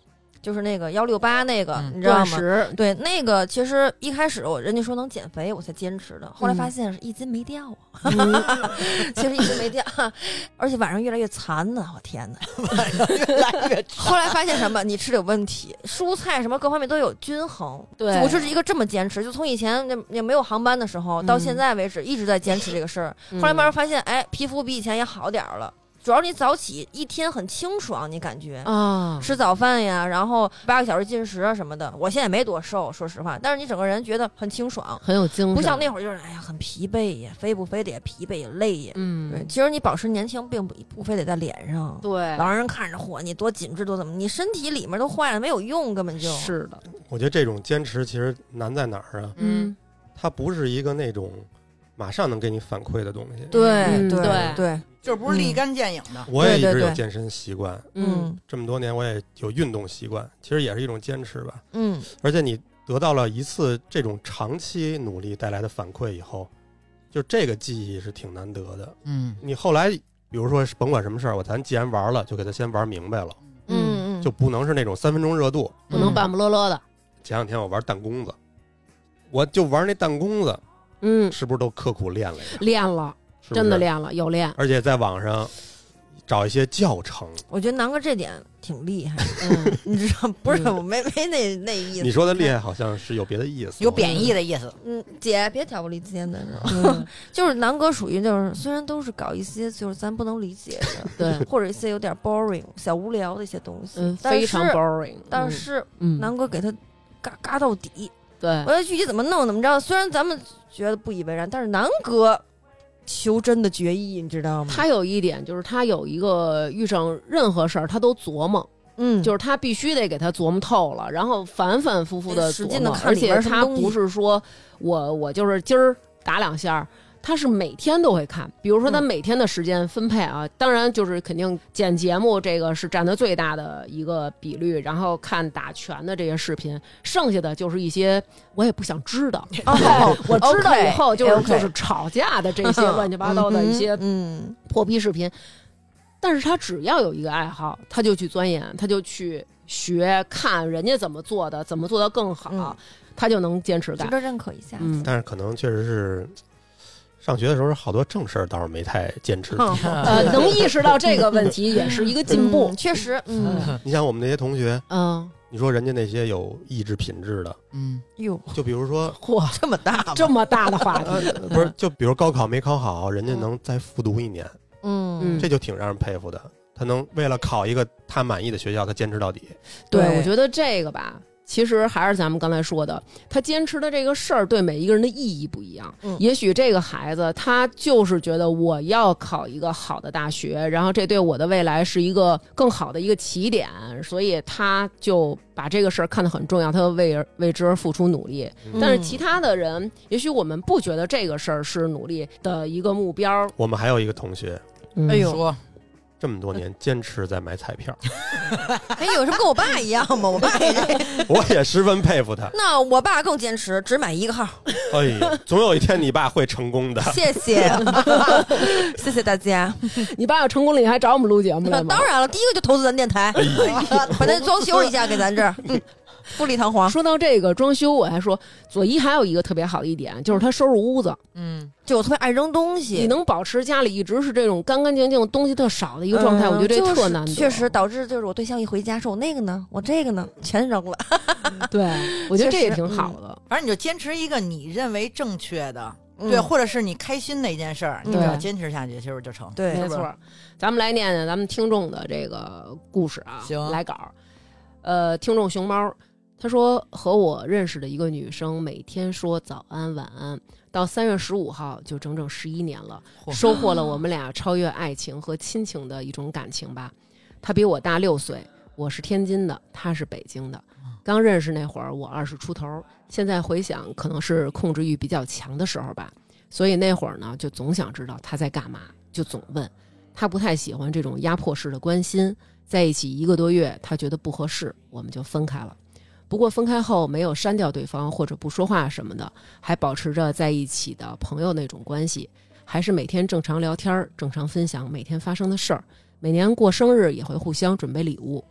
就是那个168那个，你知道吗？对，那个其实一开始人家说能减肥，我才坚持的，后来发现是1斤没掉啊，其实1斤没掉，而且晚上越来越馋呢，我天哪， 晚上越来越馋。 后来发现什么？你吃的有问题，蔬菜什么各方面都有均衡。 对， 我是一个这么坚持，就从以前也没有航班的时候，到现在为止一直在坚持这个事儿。后来慢慢发现，哎，皮肤比以前也好点儿了。主要你早起一天很清爽，你感觉啊， 吃早饭呀，然后8个小时进食啊什么的。我现在也没多瘦，说实话，但是你整个人觉得很清爽， 很有精神， 不像那会儿就是哎呀很疲惫呀，非不非得也疲惫也累呀。对，其实你保持年轻并不非得在脸上， 对， 老让人看着嚯你多紧致多怎么，你身体里面都坏了没有用，根本就。 是的， 我觉得这种坚持其实难在哪儿啊？它不是一个那种马上能给你反馈的东西。 对对。 就不是立竿见影的。 我也一直有健身习惯，这么多年我也有运动习惯，其实也是一种坚持吧。而且你得到了一次这种长期努力带来的反馈以后，就这个记忆是挺难得的。你后来比如说甭管什么事儿，咱既然玩了，就给他先玩明白了。就不能是那种3分钟热度， 不能半不乐乐的。 前两天我玩弹弓子，我就玩那弹弓子，是不是都刻苦练了呀？ 练了。真的练了，有练， 而且在网上找一些教程。 我觉得南哥这点挺厉害，你知道不是？我没那意思。 你说的厉害好像是有别的意思， 有贬义的意思。 姐别挑拨离间的，就是南哥属于就是虽然都是搞一些就是咱不能理解的， 对， 或者一些有点 boring 小无聊的一些东西， 非常 boring。 但是南哥给他嘎到底。 对， 我要具体怎么弄怎么着，虽然咱们觉得不以为然，但是南哥。求真的决议，你知道吗？ 他有一点就是他有一个遇上任何事儿他都琢磨，就是他必须得给他琢磨透了，然后反反复复的琢磨，而且他不是说我就是今儿打2下。他是每天都会看，比如说他每天的时间分配啊，当然就是肯定剪节目这个是占的最大的一个比率，然后看打拳的这些视频，剩下的就是一些我也不想知道，我知道以后就是吵架的这些乱七八糟的一些破逼视频。但是他只要有一个爱好，他就去钻研，他就去学看人家怎么做的，怎么做得更好，他就能坚持干， 值得认可一下。 但是可能确实是。上学的时候好多正事儿倒是没太坚持， 能意识到这个问题也是一个进步， 确实。 你想我们那些同学，你说人家那些有意志品质的，就比如说， 嚯，这么大的话题， 不是，就比如高考没考好，人家能再复读1年，这就挺让人佩服的。他能为了考一个他满意的学校，他坚持到底。 对，我觉得这个吧。其实还是咱们刚才说的，他坚持的这个事儿对每一个人的意义不一样。也许这个孩子他就是觉得我要考一个好的大学，然后这对我的未来是一个更好的一个起点，所以他就把这个事儿看得很重要，他为之而付出努力。但是其他的人，也许我们不觉得这个事儿是努力的一个目标。 我们还有一个同学， 哎呦。说这么多年坚持在买彩票， 哎，有什么跟我爸一样吗？我爸也， 我也十分佩服他。 那我爸更坚持，只买1个号。 哎呀，总有一天你爸会成功的。 谢谢，谢谢大家。 你爸要成功了，你还找我们录节目来吗？ 当然了，第一个就投资咱电台，把它装修一下给咱这儿。富丽堂皇。 说到这个装修，我还说左一还有一个特别好的一点，就是他收拾屋子。 就我特别爱扔东西， 你能保持家里一直是这种干干净净、东西特少的一个状态，我觉得这特难得。 确实导致就是我对象一回家说：“我那个呢，我这个呢，全扔了。” 对，我觉得这也挺好的。 反正你就坚持一个你认为正确的，对，或者是你开心的一件事儿，你只要坚持下去，其实就成。 对， 没错。咱们来念念咱们听众的这个故事啊， 行， 来稿。听众熊猫。他说和我认识的一个女生每天说早安晚安，到3月15号就整整11年了，收获了我们俩超越爱情和亲情的一种感情吧。她比我大6岁，我是天津的，她是北京的。刚认识那会儿我20出头，现在回想可能是控制欲比较强的时候吧，所以那会儿呢就总想知道她在干嘛，就总问。她不太喜欢这种压迫式的关心，在一起1个多月她觉得不合适，我们就分开了。不过分开后没有删掉对方或者不说话什么的，还保持着在一起的朋友那种关系，还是每天正常聊天，正常分享每天发生的事儿，每年过生日也会互相准备礼物。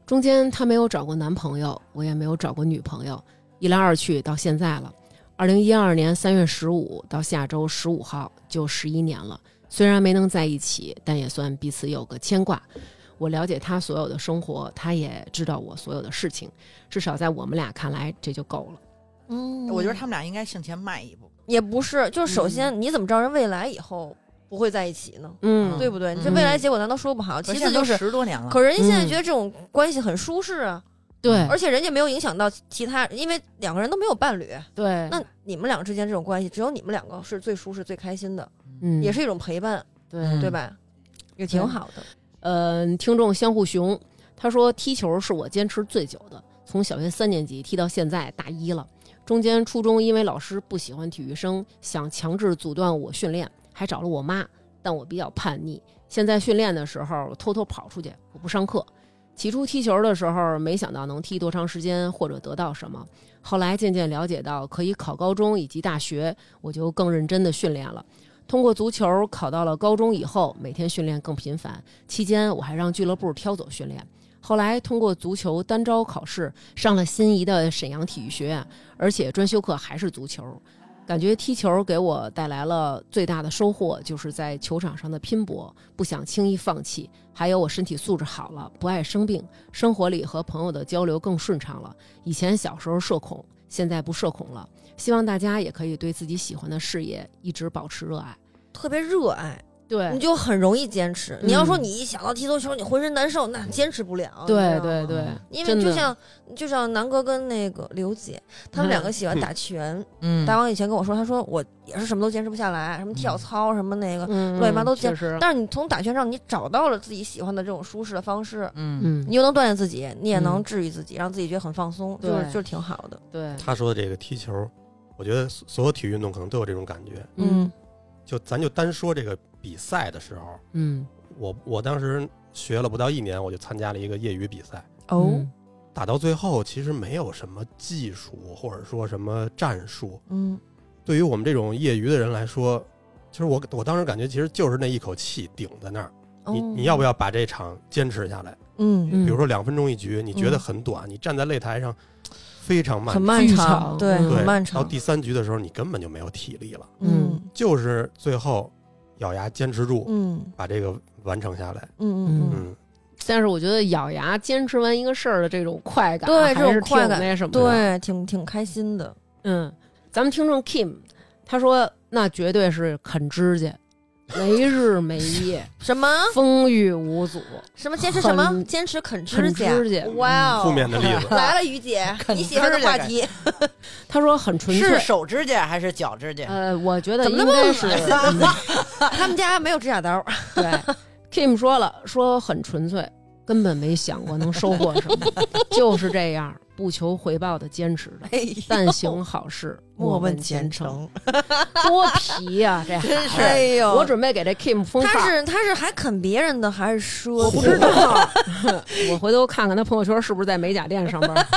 中间他没有找过男朋友，我也没有找过女朋友，一来二去到现在了。2012年3月15到下周15号就11年了。虽然没能在一起，但也算彼此有个牵挂。我了解他所有的生活，他也知道我所有的事情，至少在我们俩看来这就够了。 我觉得他们俩应该向前迈一步。 也不是，就是首先你怎么知道人未来以后不会在一起呢？对不对？你这未来结果难道说不好？其次就是 10多年了， 可是人家现在觉得这种关系很舒适啊。 对， 而且人家没有影响到其他，因为两个人都没有伴侣。 对， 那你们俩之间这种关系，只有你们两个是最舒适、最开心的，也是一种陪伴，对吧？也挺好的。 听众相互熊他说，踢球是我坚持最久的，从小学3年级踢到现在大1了。中间初中因为老师不喜欢体育生，想强制阻断我训练，还找了我妈，但我比较叛逆。现在训练的时候偷偷跑出去，我不上课。起初踢球的时候没想到能踢多长时间或者得到什么，后来渐渐了解到可以考高中以及大学，我就更认真的训练了。通过足球考到了高中以后，每天训练更频繁，期间我还让俱乐部挑走训练。后来通过足球单招考试，上了心仪的沈阳体育学院，而且专修课还是足球。感觉踢球给我带来了最大的收获，就是在球场上的拼搏，不想轻易放弃。还有我身体素质好了，不爱生病，生活里和朋友的交流更顺畅了。以前小时候社恐，现在不社恐了。希望大家也可以对自己喜欢的事业一直保持热爱， 特别热爱。 对， 你就很容易坚持。你要说你一想到踢足球你浑身难受，那坚持不了。 对对对， 因为就像南哥跟那个刘姐，他们两个喜欢打拳。大王以前跟我说，他说我也是什么都坚持不下来，什么跳操什么那个乱七八糟都坚持。但是你从打拳上你找到了自己喜欢的这种舒适的方式，你又能锻炼自己，你也能治愈自己，让自己觉得很放松，就是挺好的。 对， 他说的这个踢球，我觉得所有体育运动可能都有这种感觉。咱就单说这个比赛的时候，我当时学了不到1年，我就参加了一个业余比赛。打到最后其实没有什么技术或者说什么战术。对于我们这种业余的人来说，其实我当时感觉其实就是那一口气顶在那儿。你要不要把这场坚持下来？比如说2分钟一局，你觉得很短，你站在擂台上非常很漫长，对，很漫长。 到第3局的时候，你根本就没有体力了。就是最后咬牙坚持住，把这个完成下来。 但是我觉得咬牙坚持完一个事儿的这种快感， 对，这种快感那什么的， 对，挺开心的。 咱们听众 Kim 他说，那绝对是啃指甲。没日没夜， 什么风雨无阻， 什么坚持什么坚持啃指甲，哇哦！ 负面的例子来了，于姐，你喜欢的话题。 他说很纯粹， 是手指甲还是脚指甲？ 我觉得应该是他们家没有指甲刀。 对 ，Kim 说了，说很纯粹，根本没想过能收获什么，就是这样。不求回报的坚持着，但行好事，莫问前程。多皮呀，这真是！哎呦， 我准备给这 Kim 封号。 他是还啃别人的，还是说？ 我不知道，我回头看看他朋友圈是不是在美甲店上班。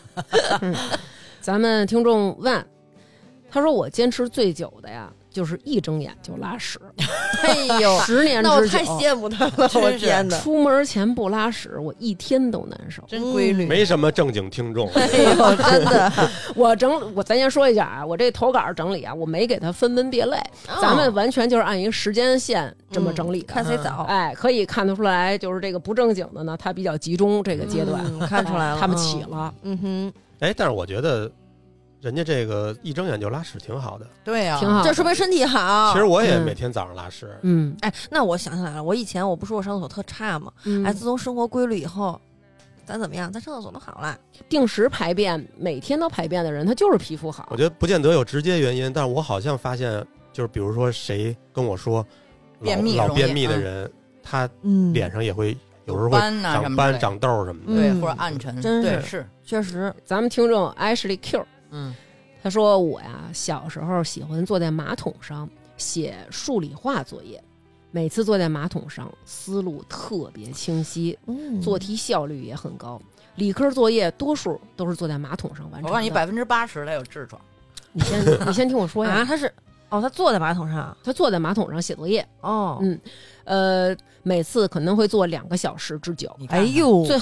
咱们听众问，他说我坚持最久的呀，就是一睁眼就拉屎。 哎呦 ，10年之久， 那我太羡慕他了！我天哪， 出门前不拉屎，我一天都难受。 真规律， 没什么正经听众。 哎呦，真的， 咱先说一下啊，我这投稿整理啊，我没给他分门别类，咱们完全就是按一个时间线这么整理的。 看谁早， 可以看得出来，就是这个不正经的呢，他比较集中这个阶段， 看出来了， 他们起了。 但是我觉得。人家这个一睁眼就拉屎挺好的， 对呀， 挺好， 这说明身体好。 其实我也每天早上拉屎。 那我想起来了，我以前我不说我上厕所特差吗？自从生活规律以后，咱怎么样？咱上厕所都好了。 定时排便，每天都排便的人，他就是皮肤好。 我觉得不见得有直接原因，但是我好像发现，就是比如说谁跟我说老便秘的人，他脸上也会有时候会长斑、长痘什么的， 对，或者暗沉， 真是确实。 咱们听众 Ashley Q。他说我呀，小时候喜欢坐在马桶上写数理化作业，每次坐在马桶上思路特别清晰，做题效率也很高。理科作业多数都是坐在马桶上完成的。 我告诉你，80%他有痔疮。 你先听我说呀。 他坐在马桶上， 他坐在马桶上写作业。每次可能会坐2个小时之久。 哎呦， 最后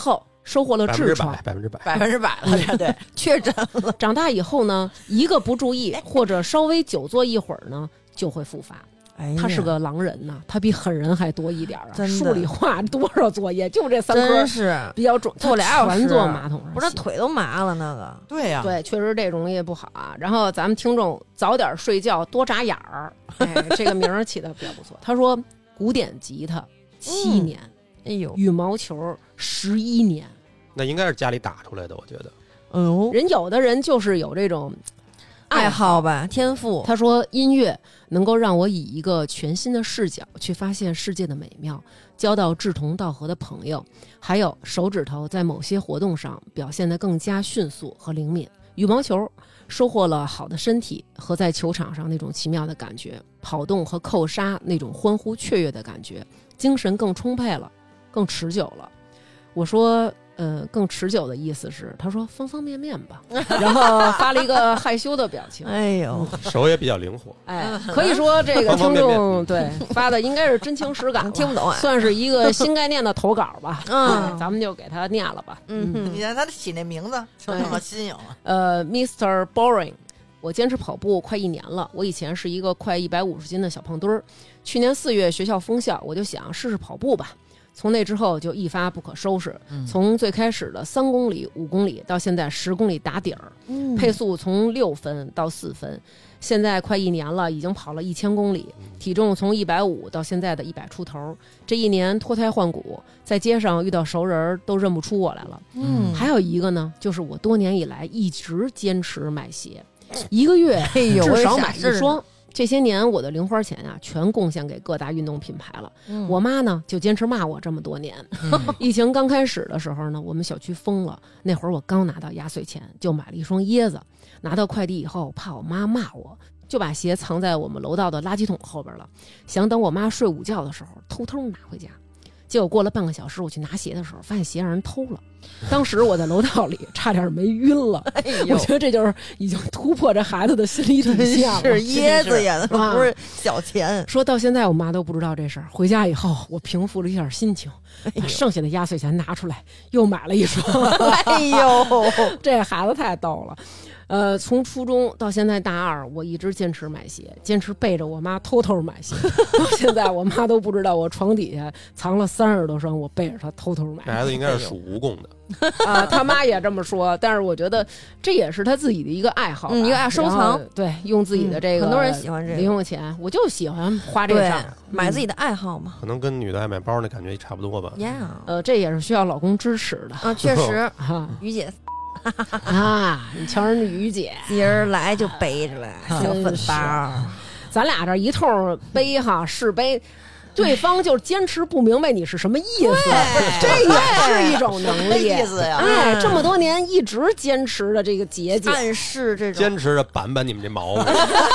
收获了痔疮 ，100%了，对， 确诊了。 长大以后呢，一个不注意或者稍微久坐一会儿呢，就会复发。他是个狼人呐，他比狠人还多一点啊！数理化多少作业，就这3科真是比较重， 坐2小时全坐马桶上， 不是腿都麻了那个。 对呀， 对，确实这容易不好啊。然后咱们听众早点睡觉，多眨眼儿，这个名儿起的比较不错。他说古典吉他7年， 哎呦， 羽毛球11年， 那应该是家里打出来的，我觉得。 人有的人就是有这种爱好吧，天赋。 他说音乐能够让我以一个全新的视角去发现世界的美妙，交到志同道合的朋友，还有手指头在某些活动上表现得更加迅速和灵敏。羽毛球收获了好的身体和在球场上那种奇妙的感觉，跑动和扣杀那种欢呼雀跃的感觉，精神更充沛了，更持久了。我说更持久的意思是，他说方方面面吧，然后发了一个害羞的表情。 哎呦， 手也比较灵活。 可以说这个听众对发的应该是真情实感， 听不懂啊， 算是一个新概念的投稿吧。咱们就给他念了吧。 你看他起那名字就那么新颖了。 Mr. Boring， 我坚持跑步快1年了。我以前是一个快150斤的小胖墩儿，去年4月学校封校，我就想试试跑步吧。从那之后就一发不可收拾，从最开始的3公里、5公里，到现在10公里打底儿，配速从6分到4分，现在快1年了，已经跑了1000公里，体重从150到现在的100出头。这1年脱胎换骨，在街上遇到熟人都认不出我来了。还有一个呢，就是我多年以来一直坚持买鞋，1个月至少买1双。这些年我的零花钱啊，全贡献给各大运动品牌了。我妈呢，就坚持骂我这么多年。疫情刚开始的时候呢，我们小区封了，那会儿我刚拿到压岁钱，就买了1双椰子。拿到快递以后，怕我妈骂我，就把鞋藏在我们楼道的垃圾桶后边了。想等我妈睡午觉的时候，偷偷拿回家。结果过了半个小时，我去拿鞋的时候，发现鞋让人偷了。当时我在楼道里差点没晕了。我觉得这就是已经突破这孩子的心理底线了。 是椰子呀，不是小钱。 说到现在我妈都不知道这事儿。回家以后我平复了一下心情，把剩下的压岁钱拿出来又买了1双。 哎呦， 这孩子太逗了。从初中到现在大2，我一直坚持买鞋，坚持背着我妈偷偷买鞋。到现在我妈都不知道我床底下藏了30多双，我背着她偷偷买。 这孩子应该是属蜈蚣的。 他妈也这么说，但是我觉得这也是他自己的一个爱好， 一个爱收藏。 对，用自己的这个， 很多人喜欢这个零用钱，我就喜欢花这个上， 买自己的爱好嘛。 可能跟女的爱买包那感觉也差不多吧。 这也是需要老公支持的啊，确实。于姐啊，你瞧人家于姐， 今儿来就背着来小粉包， 咱俩这一通背哈是背。对方就坚持不明白你是什么意思，这也是一种能力。 意思呀！ 这么多年一直坚持的这个节俭， 暗示这种坚持着板你们这毛病，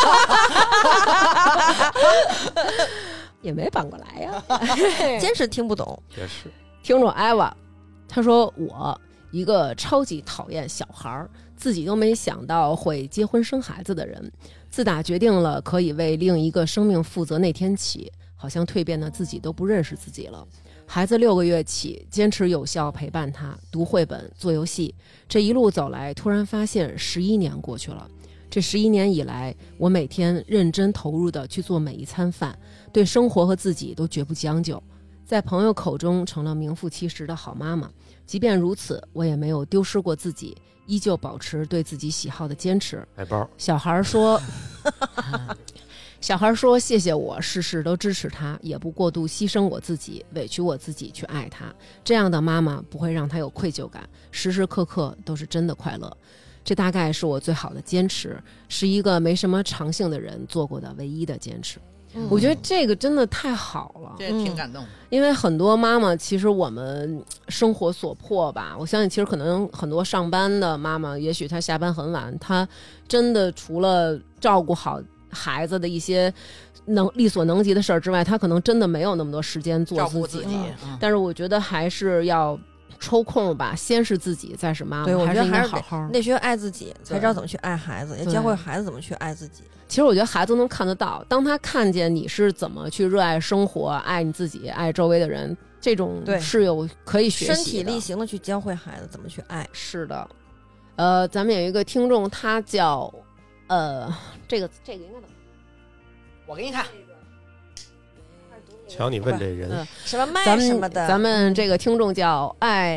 也没扳过来呀。 坚持听不懂， 也是。 听众艾娃，他说我一个超级讨厌小孩，自己都没想到会结婚生孩子的人，自打决定了可以为另一个生命负责那天起，好像蜕变的自己都不认识自己了。孩子6个月起，坚持有效陪伴他，读绘本，做游戏。这一路走来，突然发现11年过去了。这11年以来，我每天认真投入地去做每一餐饭，对生活和自己都绝不将就。在朋友口中成了名副其实的好妈妈。即便如此，我也没有丢失过自己，依旧保持对自己喜好的坚持。 买包。 小孩说谢谢我，事事都支持他，也不过度牺牲我自己，委屈我自己去爱他。这样的妈妈不会让他有愧疚感，时时刻刻都是真的快乐。这大概是我最好的坚持，是一个没什么长性的人做过的唯一的坚持。我觉得这个真的太好了， 这挺感动。 因为很多妈妈，其实我们生活所迫吧，我相信其实可能很多上班的妈妈，也许她下班很晚，她真的除了照顾好孩子的一些力所能及的事儿之外，她可能真的没有那么多时间做自己。但是我觉得还是要抽空吧，先是自己，再是妈妈。 对，我觉得还是好好得学爱自己，才知道怎么去爱孩子，也教会孩子怎么去爱自己。 其实我觉得孩子都能看得到，当他看见你是怎么去热爱生活，爱你自己，爱周围的人， 这种对是有可以学习的， 身体力行的去教会孩子怎么去爱。 是的，咱们有一个听众，他叫这个应该怎么？ 我给你看。 瞧你问这人， 什么麦什么的， 咱们这个听众叫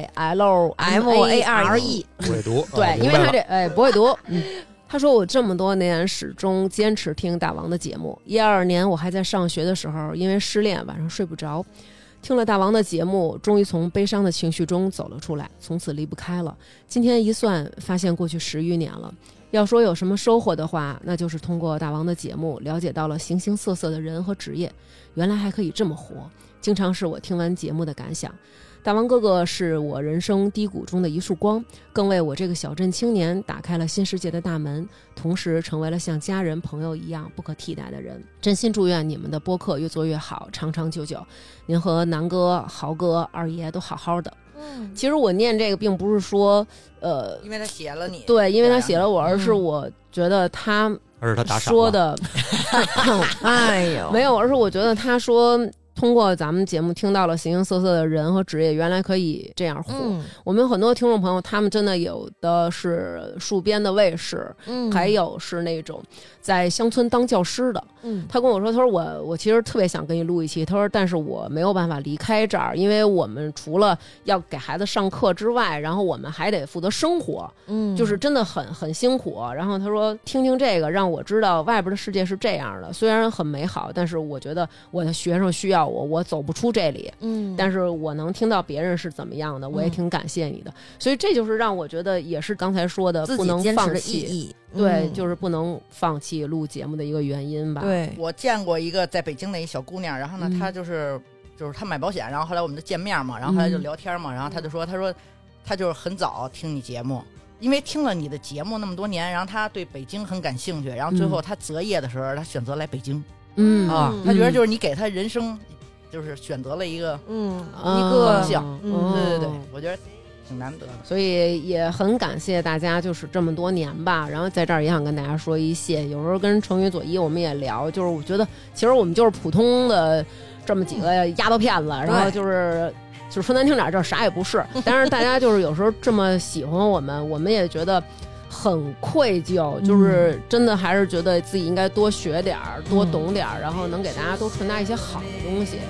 ILMARE， 不会读， 对，因为他这不会读。他说我这么多年始终坚持听大王的节目。12年我还在上学的时候，因为失恋晚上睡不着，听了大王的节目，终于从悲伤的情绪中走了出来，从此离不开了。今天一算，发现过去10余年了。要说有什么收获的话，那就是通过大王的节目了解到了形形色色的人和职业，原来还可以这么活，经常是我听完节目的感想。大王哥哥是我人生低谷中的一束光，更为我这个小镇青年打开了新世界的大门，同时成为了像家人朋友一样不可替代的人。真心祝愿你们的播客越做越好，长长久久。您和南哥、豪哥、二爷都好好的。其实我念这个并不是说因为他写了你， 对，因为他写了我，而是我觉得他说的哎呦， 没有，而是我觉得他说通过咱们节目听到了形形色色的人和职业，原来可以这样活。我们有很多听众朋友，他们真的有的是戍边的卫士，还有是那种在乡村当教师的。他跟我说，他说我其实特别想跟你录一期，他说但是我没有办法离开这儿，因为我们除了要给孩子上课之外，然后我们还得负责生活，就是真的很辛苦。然后他说听听这个，让我知道外边的世界是这样的，虽然很美好，但是我觉得我的学生需要我走不出这里，但是我能听到别人是怎么样的，我也挺感谢你的。所以这就是让我觉得也是刚才说的不能放弃的意义， 对，就是不能放弃录节目的一个原因吧。 对， 我见过一个在北京的一小姑娘，然后呢，她就是她买保险，然后后来我们就见面嘛，然后后来就聊天嘛，然后她就说，她就是很早听你节目，因为听了你的节目那么多年，然后她对北京很感兴趣，然后最后她择业的时候，她选择来北京。她觉得就是你给她人生就是选择了一个一个方向。对，我觉得挺难得的， 所以也很感谢大家，就是这么多年吧。然后在这儿也想跟大家说一谢。有时候跟成宇左一我们也聊，就是我觉得其实我们就是普通的这么几个丫头片子，然后就是说难听点，这啥也不是。但是大家就是有时候这么喜欢我们，我们也觉得很愧疚，就是真的还是觉得自己应该多学点儿，多懂点儿，然后能给大家多传达一些好的东西。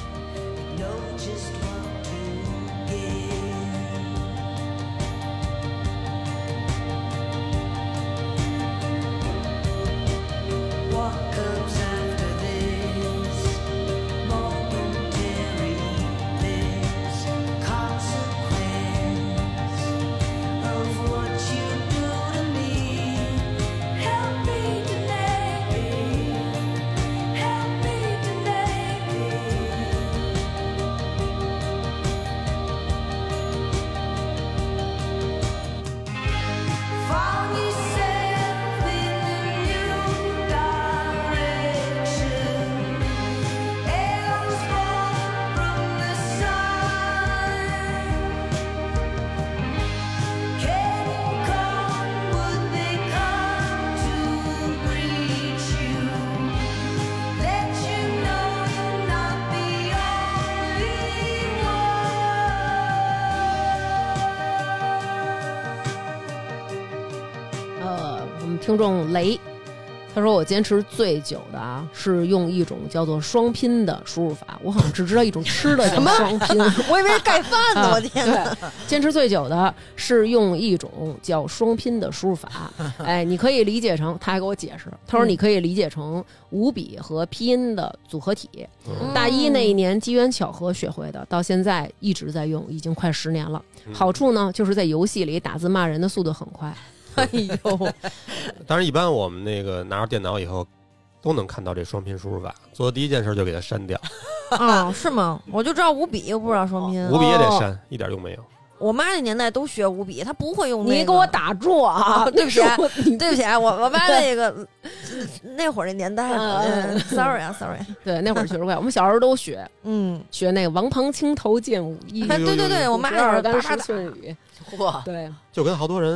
听众雷，他说我坚持最久的啊，是用一种叫做双拼的输入法。我好像只知道一种吃的叫双拼， 我以为是盖饭呢。我天哪！ 坚持最久的是用一种叫双拼的输入法。哎，你可以理解成，他还给我解释，他说你可以理解成五笔和拼音的组合体。大一那一年机缘巧合学会的，到现在一直在用，已经快10年了。好处呢，就是在游戏里打字骂人的速度很快。哎呦！ 当然，一般我们那个拿着电脑以后，都能看到这双拼输入法。做的第一件事就给它删掉。 啊，是吗？我就知道五笔，又不知道双拼。 五笔也得删，一点用没有。 我妈那年代都学五笔，她不会用、那个。 你给我打住啊！ 对不起，对不起，我妈那个那会儿那年代，sorry 啊 ，sorry。 对，那会儿确实快，我们小时候都学，学那个王旁青头剑舞一。 对，我妈那会儿干10寸语。 哇， 对， 就跟好多人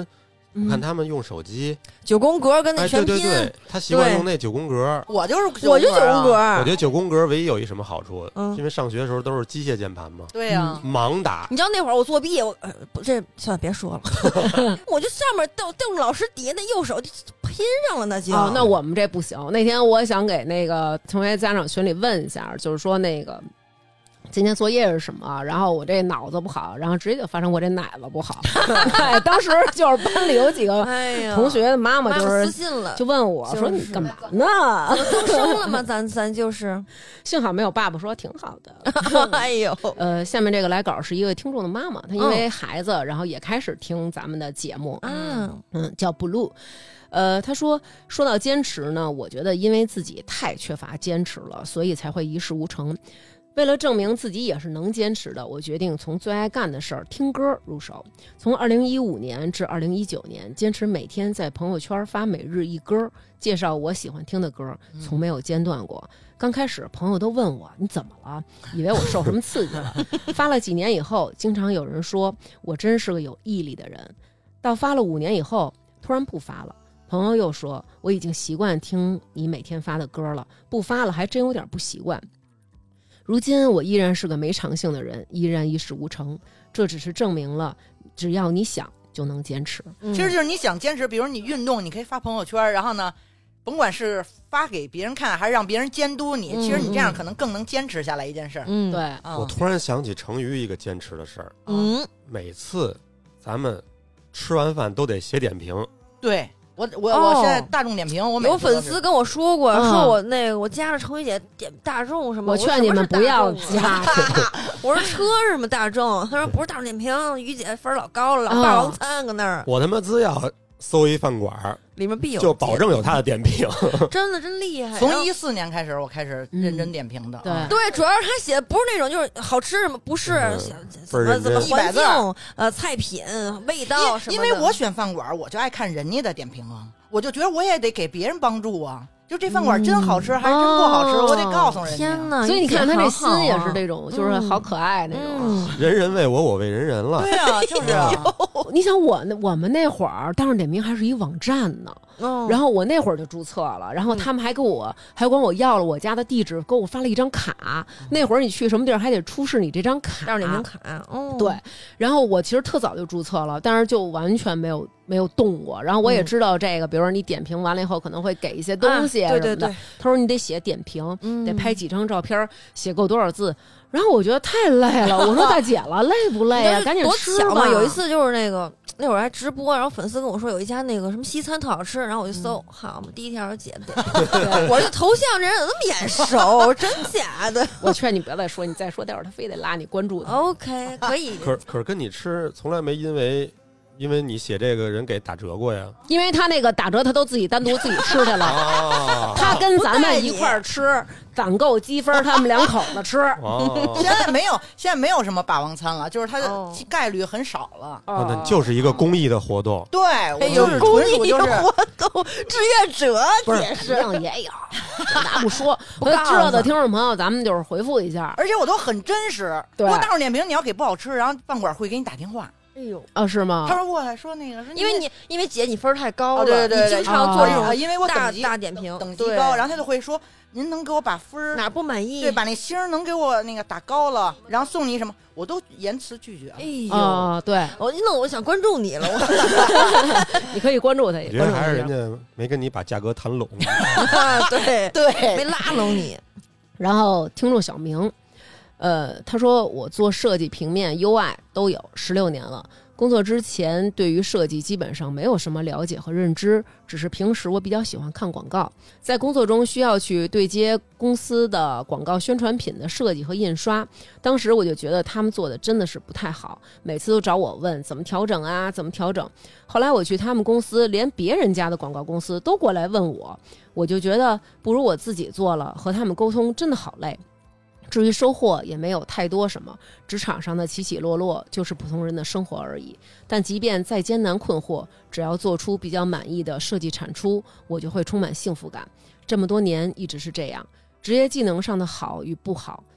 我看他们用手机 9宫格跟那全拼， 对，他习惯用那9宫格。 我就9 宫格。 我觉得9宫格唯一有一什么好处，因为上学的时候都是机械键盘嘛。 对呀， 盲打。 你知道那会儿我作弊，这算了别说了，我就上面瞪着老师底下那右手就拼上了，那就。 那我们这不行。那天我想给那个同学家长群里问一下，就是说那个。今天作业是什么？然后我这脑子不好，然后直接就发生我这奶子不好。当时就是班里有几个同学的妈妈就是私信了， 就问我说：“你干嘛呢？ 增生了吗？咱就是， 幸好没有爸爸说挺好的。” 哎呦， 下面这个来稿是一位听众的妈妈，她因为孩子，然后也开始听咱们的节目。叫 Blue。他说到坚持呢，我觉得因为自己太缺乏坚持了，所以才会一事无成。为了证明自己也是能坚持的，我决定从最爱干的事儿听歌入手。从2015年至2019年，坚持每天在朋友圈发每日一歌，介绍我喜欢听的歌，从没有间断过。刚开始朋友都问我你怎么了，以为我受什么刺激了。发了几年以后，经常有人说我真是个有毅力的人。到发了5年以后，突然不发了。朋友又说我已经习惯听你每天发的歌了，不发了还真有点不习惯。如今我依然是个没长性的人，依然一事无成，这只是证明了只要你想就能坚持。 其实就是你想坚持，比如你运动你可以发朋友圈，然后呢甭管是发给别人看还是让别人监督你，其实你这样可能更能坚持下来一件事。 对。 我突然想起成瑜一个坚持的事儿。每次咱们吃完饭都得写点评。 对，我现在大众点评，我有粉丝跟我说过，说我加了成瑜姐点大众什么， 我劝你们不要加。 我说车什么大众，他说不是大众点评，于姐分老高了，老霸王餐搁那儿。 我他妈只要搜一饭馆， 里面必有， 就保证有他的点评。 真的真厉害。 从14年开始，我开始认真点评的。 对，主要是他写的不是那种就是好吃什么，不是怎么环境菜品味道什么的。 因为我选饭馆，我就爱看人家的点评啊，我就觉得我也得给别人帮助啊。就这饭馆真好吃还是真不好吃，我得告诉人家。 天哪！ 所以你看他这心也是这种，就是好可爱那种。 人人为我，我为人人了。 对啊，就是啊。 你想我们那会儿大众点评还是一网站呢。然后我那会儿就注册了，然后他们还管我要了我家的地址，给我发了一张卡。那会儿你去什么地儿还得出示你这张卡， 大众点评卡。 对。然后我其实特早就注册了，但是就完全没有动过。然后我也知道这个，比如说你点评完了以后可能会给一些东西什么的。 对。 他说你得写点评，得拍几张照片，写够多少字。然后我觉得太累了，我说大姐了，累不累啊？赶紧吃吧。 有一次就是那会儿还直播，然后粉丝跟我说有一家那个什么西餐特好吃，然后我就搜，好嘛，第一条姐的，我这头像这人怎么那么眼熟？真假的？ 我劝你别再说，你再说待会儿他非得拉你关注他。 OK， 可以。 可是跟你吃从来没因为你写这个人给打折过呀？ 因为他那个打折他都自己单独自己吃去了。他跟咱们一块儿吃，攒够积分，他们2口子吃。 现在没有什么霸王餐了，就是它的概率很少了。 那就是一个公益的活动。 对，我就是公益活动，志愿者解释也有，那不说。知道的听众朋友，咱们就是回复一下。 而且我都很真实。 对， 如果大众点评你要给不好吃，然后饭馆会给你打电话。 哎呦， 是吗？ 他说过来说那个， 因为姐你分太高了， 对， 你经常做这种， 因为我大点评等级高，然后他就会说您能给我把分哪不满意？ 对，把那星能给我那个打高了，然后送你什么，我都严词拒绝。 哎呦， 对， 我想关注你了， 你可以关注他。 我觉得还是人家没跟你把价格谈拢。 对，没拉拢你。 然后听众小明。他说我做设计、平面、UI 都有16年了。工作之前对于设计基本上没有什么了解和认知，只是平时我比较喜欢看广告，在工作中需要去对接公司的广告宣传品的设计和印刷。当时我就觉得他们做的真的是不太好，每次都找我问怎么调整啊，怎么调整。后来我去他们公司，连别人家的广告公司都过来问我就觉得不如我自己做了，和他们沟通真的好累。至于收获也没有太多什么，职场上的起起落落就是普通人的生活而已。但即便再艰难困惑，只要做出比较满意的设计产出，我就会充满幸福感。这么多年一直是这样，职业技能上的好与不好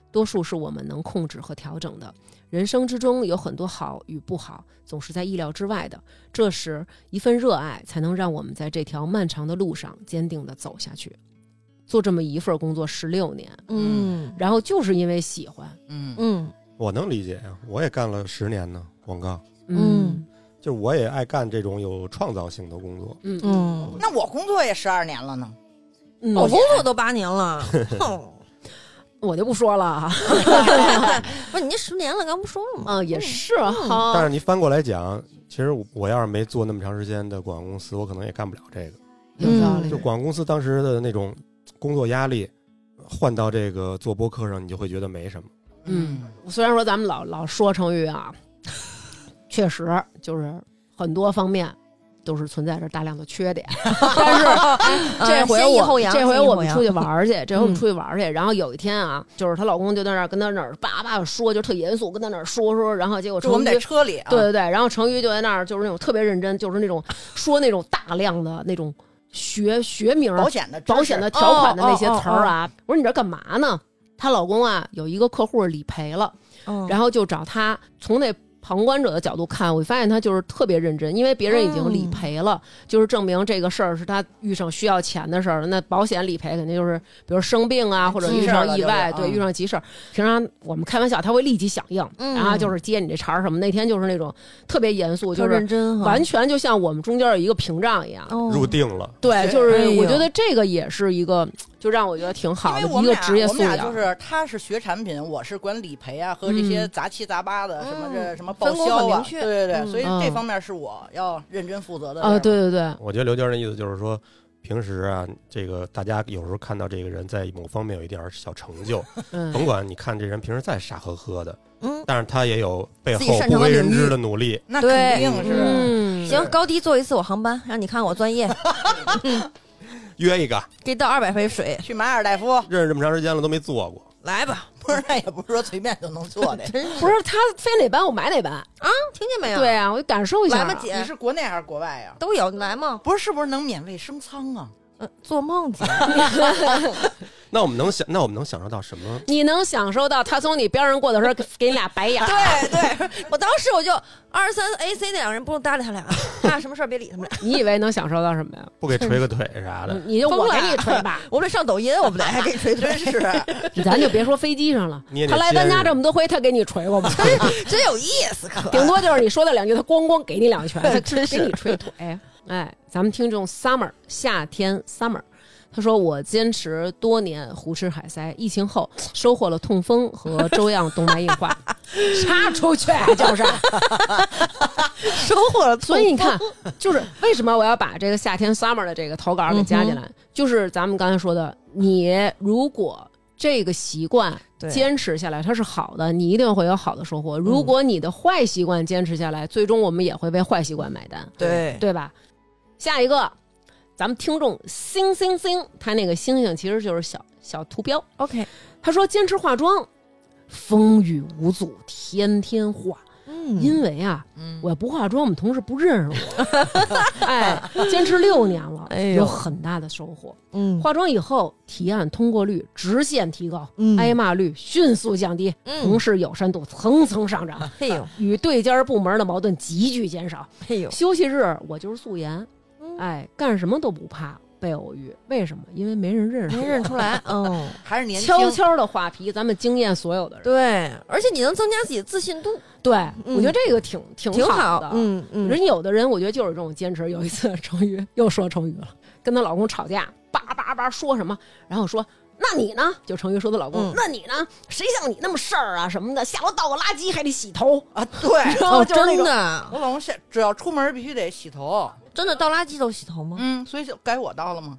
多数是我们能控制和调整的。人生之中有很多好与不好，总是在意料之外的。这时，一份热爱才能让我们在这条漫长的路上坚定地走下去。做这么一份工作16年，然后就是因为喜欢， 我能理解呀，我也干了10年呢，广告，就是我也爱干这种有创造性的工作， 那我工作也12年了呢， 我工作都8年了。 我就不说了啊， 不是你这10年了，刚不说了吗？ 也是哈。 但是你翻过来讲，其实我要是没做那么长时间的广告公司，我可能也干不了这个。 有道理。 就广告公司当时的那种工作压力，换到这个做播客上，你就会觉得没什么。 虽然说咱们老说成语啊，确实就是很多方面都是存在着大量的缺点，但是这回我们出去玩去，然后有一天啊，就是她老公就在那儿跟她那儿叭说，就特严肃跟她那儿说，然后结果我们在车里， 对，然后程昱就在那儿就是那种特别认真，就是那种说那种大量的那种学名保险的条款的那些词儿啊，我说你这干嘛呢？她老公啊有一个客户理赔了，然后就找她从那旁观者的角度看，我发现他就是特别认真，因为别人已经理赔了，就是证明这个事儿是他遇上需要钱的事儿。那保险理赔肯定就是比如生病啊，或者遇上意外，对，遇上急事儿。平常我们开玩笑他会立即响应，然后就是接你这茬什么。那天就是那种特别严肃，就是认真， 完全就像我们中间有一个屏障一样， 入定了。 对，就是我觉得这个也是一个。就让我觉得挺好的一个职业素养。 我们俩就是他是学产品，我是管理赔啊和这些杂七杂八的什么报销啊，对，所以这方面是我要认真负责的。 对， 我觉得刘娟的意思就是说，平时啊，这个大家有时候看到这个人在某方面有一点小成就，甭管你看这人平时再傻呵呵的，但是他也有背后不为人知的努力。 那肯定是。 行，高低坐一次我航班，让你看我专业。 约一个， 给倒200杯水， 去马尔代夫。 认识这么长时间了都没做过， 来吧。 不是，那也不是说随便就能做的。 不是他飞哪班我买哪班啊？ 听见没有？ 对啊，我感受一下。 来吧，姐， 你是国内还是国外呀？ 都有，你来吗？ 不是，是不是能免费升舱啊？ 做梦去。 那我们能享受到什么？ 你能享受到他从你边上过的时候给你俩白眼。 对，我当时我就23AC 那2个人不用搭理他俩，他俩什么事儿别理他们俩。 你以为能享受到什么呀？ 不给捶个腿啥的， 你就我给你捶吧。 我们得上抖音，我们得还给你捶，真是。 咱就别说飞机上了，他来咱家这么多回，他给你捶过吧？ 真有意思，可顶多就是你说他2句，他咣给你2拳，他给你捶腿。哎，咱们听众 Summer 夏天 Summer， 他说我坚持多年胡吃海塞，疫情后收获了痛风和粥样动脉硬化，插出去就是收获了痛风。 所以你看，就是为什么我要把这个夏天 Summer 的这个投稿给加进来，就是咱们刚才说的，你如果这个习惯坚持下来它是好的，你一定会有好的收获。如果你的坏习惯坚持下来，最终我们也会为坏习惯买单，对吧？下一个咱们听众星，他那个星星其实就是小图标。 OK， 他说坚持化妆，风雨无阻，天天化。因为啊，我要不化妆，我们同事不认识我。哎，坚持6年了，有很大的收获。化妆以后，提案通过率直线提高，挨骂率迅速降低，同事友善度层层上涨。与对家部门的矛盾急剧减少。休息日我就是素颜，干什么都不怕被偶遇。为什么？因为没人认识， 没认出来。 还是年轻， 悄悄的画皮，咱们惊艳所有的人。 对，而且你能增加自己的自信度。 对，我觉得这个挺好的。人有的人我觉得就是这种坚持。有一次程昱又说程昱了，跟她老公吵架，叭说什么，然后说那你呢？就程昱说她老公，那你呢？谁像你那么事儿啊什么的，下楼倒个垃圾还得洗头啊？对， 真的， 我老公只要出门必须得洗头。 真的倒垃圾都洗头吗？ 所以该我倒了吗？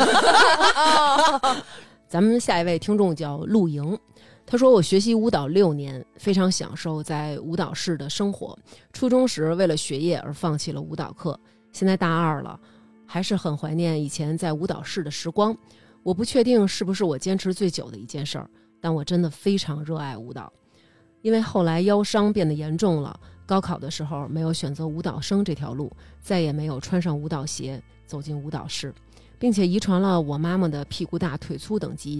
咱们下一位听众叫陆莹，他说我学习舞蹈6年，非常享受在舞蹈室的生活。初中时为了学业而放弃了舞蹈课，现在大2了，还是很怀念以前在舞蹈室的时光。我不确定是不是我坚持最久的一件事儿，但我真的非常热爱舞蹈。因为后来腰伤变得严重了，高考的时候没有选择舞蹈生这条路，再也没有穿上舞蹈鞋走进舞蹈室，并且遗传了我妈妈的屁股大腿粗等基因。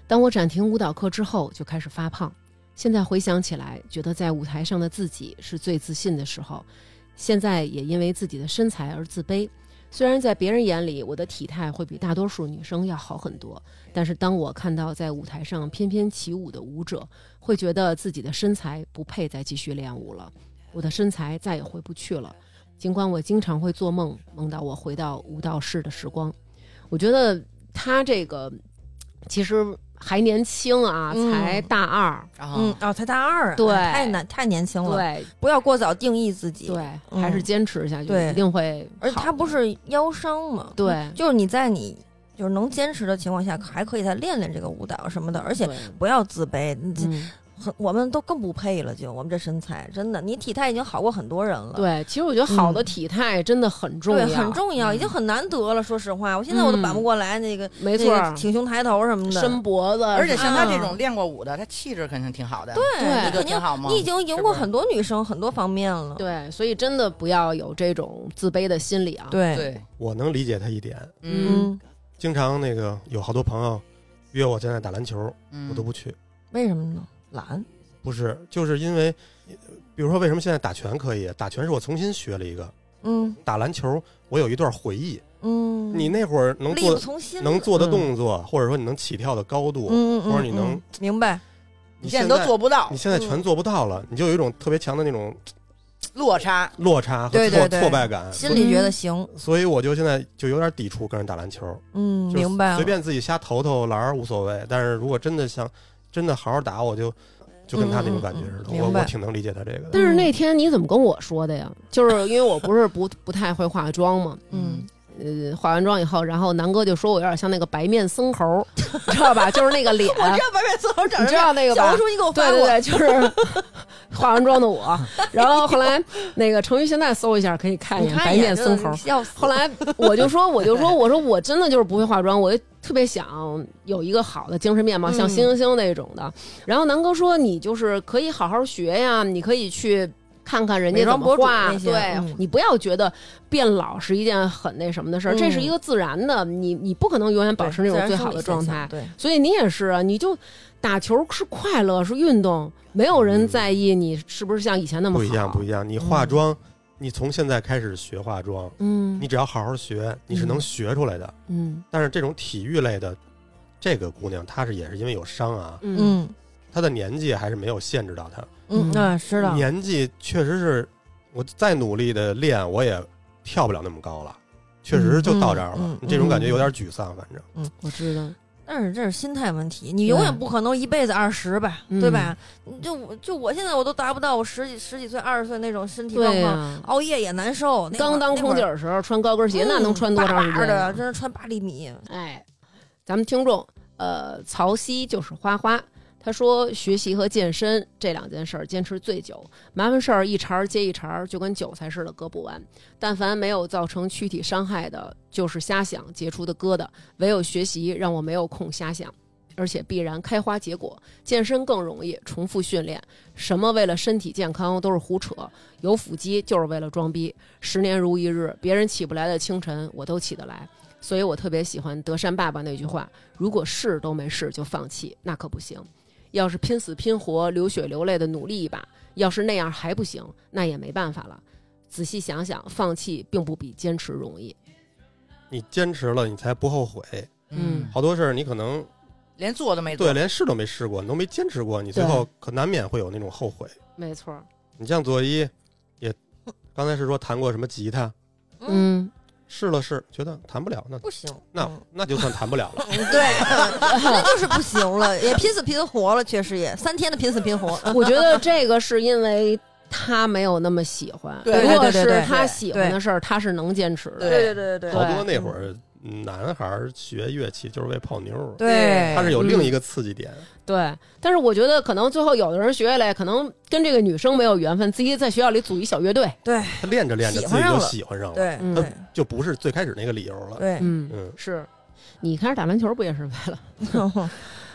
当我暂停舞蹈课之后，就开始发胖。现在回想起来，觉得在舞台上的自己是最自信的时候。现在也因为自己的身材而自卑。虽然在别人眼里，我的体态会比大多数女生要好很多，但是当我看到在舞台上翩翩起舞的舞者，会觉得自己的身材不配再继续练舞了。我的身材再也回不去了。尽管我经常会做梦，梦到我回到舞蹈室的时光。我觉得他这个其实还年轻啊，才大二， 才大二啊， 对， 太年轻了， 对， 不要过早定义自己， 对，还是坚持下去， 对， 一定会。 而且他不是腰伤嘛， 对， 就是你在你就是能坚持的情况下，还可以再练练这个舞蹈什么的，而且不要自卑。我们都更不配了，就我们这身材，真的，你体态已经好过很多人了。 对，其实我觉得好的体态真的很重要， 对，很重要，已经很难得了。说实话，我现在我都扳不过来那个， 没错， 挺胸抬头什么的， 伸脖子， 而且像他这种练过舞的，他气质肯定挺好的。 对， 就挺好嘛。 你已经赢过很多女生很多方面了。 对，所以真的不要有这种自卑的心理啊。 对， 我能理解他一点。经常那个有好多朋友约我现在打篮球，我都不去。 为什么呢？懒。 不是，就是因为，比如说为什么现在打拳可以？打拳是我重新学了一个，打篮球我有一段回忆，你那会儿能做的动作，或者说你能起跳的高度，或者你能明白， 你现在都做不到， 你现在全做不到了，你就有一种特别强的那种落差和挫败感， 心里觉得行， 所以我就现在就有点抵触跟人打篮球， 明白， 随便自己瞎投篮无所谓，但是如果真的好好打，我就跟他那种感觉似的，我挺能理解他这个的。 但是那天你怎么跟我说的呀？就是因为我不是不太会化妆嘛，化完妆以后，然后南哥就说我有点像那个白面僧猴，知道吧？就是那个脸， 我知道白面僧猴长， 你知道那个吧？ 小红书你给我发过， 对，就是化完妆的我。然后后来那个程昱现在搜一下可以看一眼白面僧猴。后来我就说我真的就是不会化妆，我特别想有一个好的精神面貌，像星星那种的。然后南哥说你就是可以好好学呀，你可以去看看人家怎么画，对，你不要觉得变老是一件很那什么的事儿，这是一个自然的，你不可能永远保持那种最好的状态， 对， 所以你也是啊，你就打球是快乐，是运动，没有人在意你是不是像以前那么好， 不一样，你化妆。你从现在开始学化妆，你只要好好学，你是能学出来的，但是这种体育类的，这个姑娘她也是因为有伤啊，她的年纪还是没有限制到她， 是的， 年纪确实是我再努力的练，我也跳不了那么高了，确实就到这儿了，这种感觉有点沮丧，反正， 我知道。 但是这是心态问题，你永远不可能一辈子20吧，对吧？就我现在我都达不到我十几岁20岁那种身体状况，熬夜也难受。 刚当空姐的时候穿高跟鞋，那能穿多长时间的？真是穿8厘米。 哎，咱们听众曹曦就是花花。他说学习和健身这2件事坚持最久，麻烦事儿一茬接一茬，就跟韭菜似的割不完。但凡没有造成躯体伤害的，就是瞎想结出的疙瘩。唯有学习让我没有空瞎想，而且必然开花结果。健身更容易，重复训练，什么为了身体健康都是胡扯。有腹肌就是为了装逼。10年如一日，别人起不来的清晨，我都起得来。所以我特别喜欢德山爸爸那句话：如果试都没试就放弃，那可不行。要是拼死拼活流血流泪的努力一把，要是那样还不行，那也没办法了。仔细想想，放弃并不比坚持容易。 你坚持了，你才不后悔。好多事儿你可能连做都没做， 对，连试都没试过，你都没坚持过，你最后可难免会有那种后悔。 没错， 你像左一也刚才是说弹过什么吉他，试了试，觉得弹不了，那不行， 那就算弹不了了。 对，那就是不行了，也拼死拼活了，确实也3天的拼死拼活。 我觉得这个是因为他没有那么喜欢，如果是他喜欢的事儿，他是能坚持的。 对， 好多那会儿男孩学乐器就是为泡妞， 对， 他是有另一个刺激点。 对，但是我觉得可能最后有的人学下来，可能跟这个女生没有缘分，自己在学校里组一小乐队， 对， 他练着练着自己就喜欢上了， 对， 他就不是最开始那个理由了。 对， 是你开始打篮球不也是为了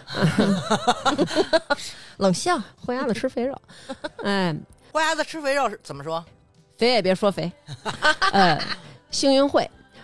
冷笑豁鸭子吃肥肉？哎， 豁鸭子吃肥肉是怎么说？ 肥也别说肥。幸运会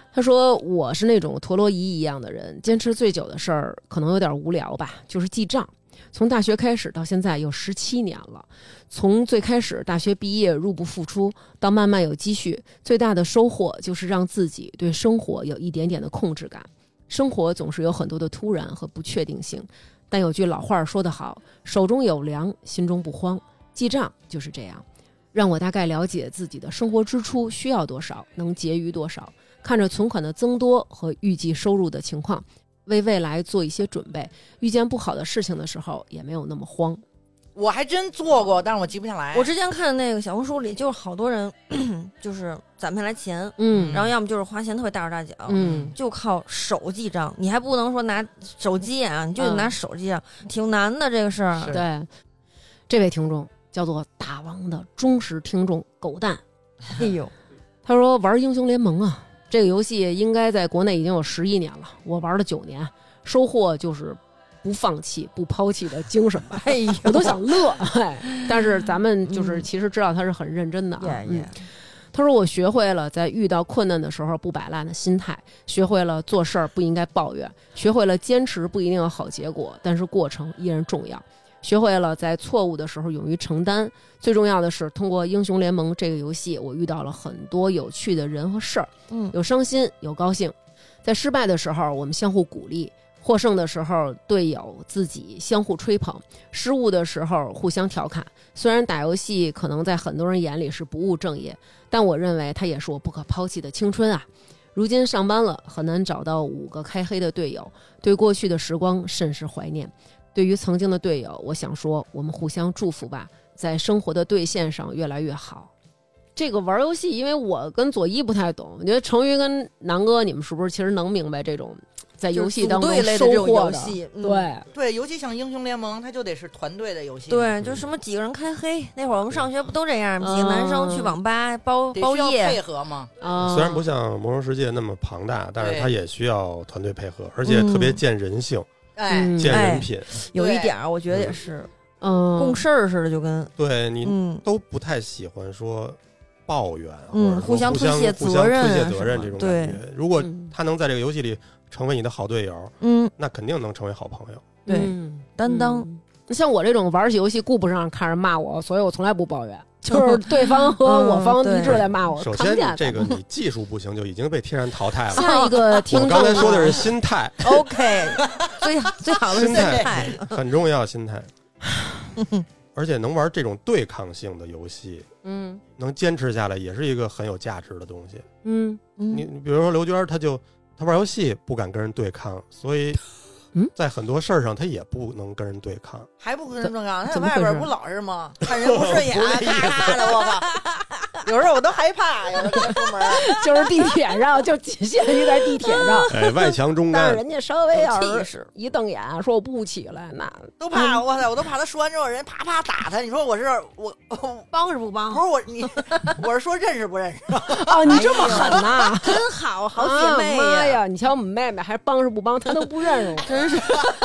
他说我是那种陀螺仪一样的人，坚持最久的事儿可能有点无聊吧，就是记账。从大学开始到现在有17年了，从最开始大学毕业入不敷出，到慢慢有积蓄，最大的收获就是让自己对生活有一点点的控制感。生活总是有很多的突然和不确定性，但有句老话说得好，手中有粮，心中不慌。记账就是这样，让我大概了解自己的生活支出需要多少，能结余多少，看着存款的增多和预计收入的情况，为未来做一些准备，遇见不好的事情的时候也没有那么慌。 我还真做过，但是我记不下来。 我之前看那个小红书里，就是好多人就是攒不下来钱，然后要么就是花钱特别大手大脚，就靠手记账。你还不能说拿手机啊，你就得拿手机啊，挺难的这个事儿。 对，这位听众叫做大王的忠实听众狗蛋， 哎呦， 他说玩英雄联盟啊，这个游戏应该在国内已经有11年了，我玩了9年，收获就是不放弃不抛弃的精神吧。 哎呦， 我都想乐。但是咱们就是其实知道他是很认真的啊。他说我学会了在遇到困难的时候不摆烂的心态，学会了做事儿不应该抱怨，学会了坚持不一定有好结果，但是过程依然重要，学会了在错误的时候勇于承担。最重要的是通过英雄联盟这个游戏，我遇到了很多有趣的人和事儿，有伤心有高兴，在失败的时候我们相互鼓励，获胜的时候队友自己相互吹捧，失误的时候互相调侃。虽然打游戏可能在很多人眼里是不务正业，但我认为它也是我不可抛弃的青春啊。如今上班了，很难找到5个开黑的队友，对过去的时光甚是怀念。对于曾经的队友，我想说我们互相祝福吧，在生活的对线上越来越好。这个玩游戏，因为我跟左一不太懂，我觉得成瑜跟南哥你们是不是其实能明白这种在游戏当中收获的？ 对，尤其像英雄联盟，它就得是团队的游戏。 对，就什么几个人开黑，那会儿我们上学不都这样吗？几个男生去网吧包夜， 配合嘛。 虽然不像魔兽世界那么庞大，但是它也需要团队配合，而且特别见人性，见人品。 有一点我觉得也是，共事儿似的，就跟对你都不太喜欢说抱怨， 互相推卸责任这种感觉。如果他能在这个游戏里成为你的好队友，那肯定能成为好朋友。 对，担当。 像我这种玩游戏顾不上看人骂我，所以我从来不抱怨，就是对方和我方一致在骂我。 首先，这个你技术不行就已经被天然淘汰了。 下一个听众， 我刚才说的是心态。 OK， 最好的心态很重要，心态。而且能玩这种对抗性的游戏，能坚持下来也是一个很有价值的东西。你比如说刘娟，她玩游戏不敢跟人对抗，所以在很多事儿上她也不能跟人对抗。 还不跟人对抗？她在外边不老实吗？看人不顺眼，咔的，我靠！有时候我都害怕，有时候出门就是地铁上，就仅限于在地铁上， 外强中干。 但是人家稍微要是一瞪眼说我不起来，那都怕。哇塞，我都怕他说完之后人啪啪打他。你说我帮是不帮？ 不是我是说认识不认识？ 哦，你这么狠呐， 真好，好姐妹呀！ 妈呀，你瞧我们妹妹还帮是不帮，她都不认识我，真是。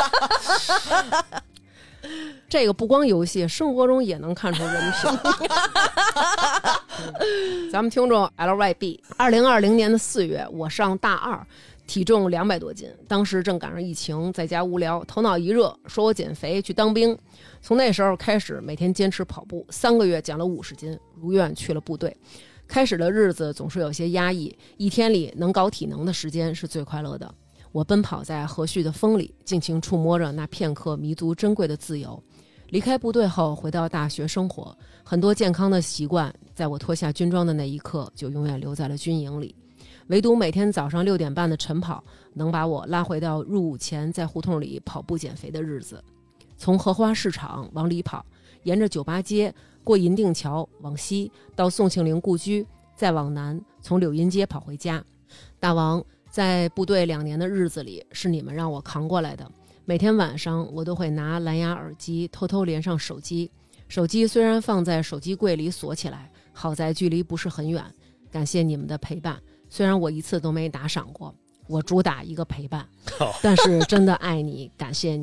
这个不光游戏，生活中也能看出人品。咱们听众 LYB，2020年4月，我上大2，体重200多斤，当时正赶上疫情，在家无聊，头脑一热，说我减肥去当兵。从那时候开始，每天坚持跑步，3个月减了50斤，如愿去了部队。开始的日子总是有些压抑，一天里能搞体能的时间是最快乐的。我奔跑在和煦的风里，尽情触摸着那片刻弥足珍贵的自由。离开部队后，回到大学生活，很多健康的习惯在我脱下军装的那一刻就永远留在了军营里。唯独每天早上6点半的晨跑，能把我拉回到入伍前在胡同里跑步减肥的日子。从荷花市场往里跑，沿着酒吧街，过银锭桥往西，到宋庆龄故居，再往南，从柳荫街跑回家。大王，在部队2年的日子里，是你们让我扛过来的。每天晚上我都会拿蓝牙耳机偷偷连上手机，手机虽然放在手机柜里锁起来，好在距离不是很远。感谢你们的陪伴，虽然我一次都没打赏过，我主打一个陪伴，但是真的爱你，感谢你。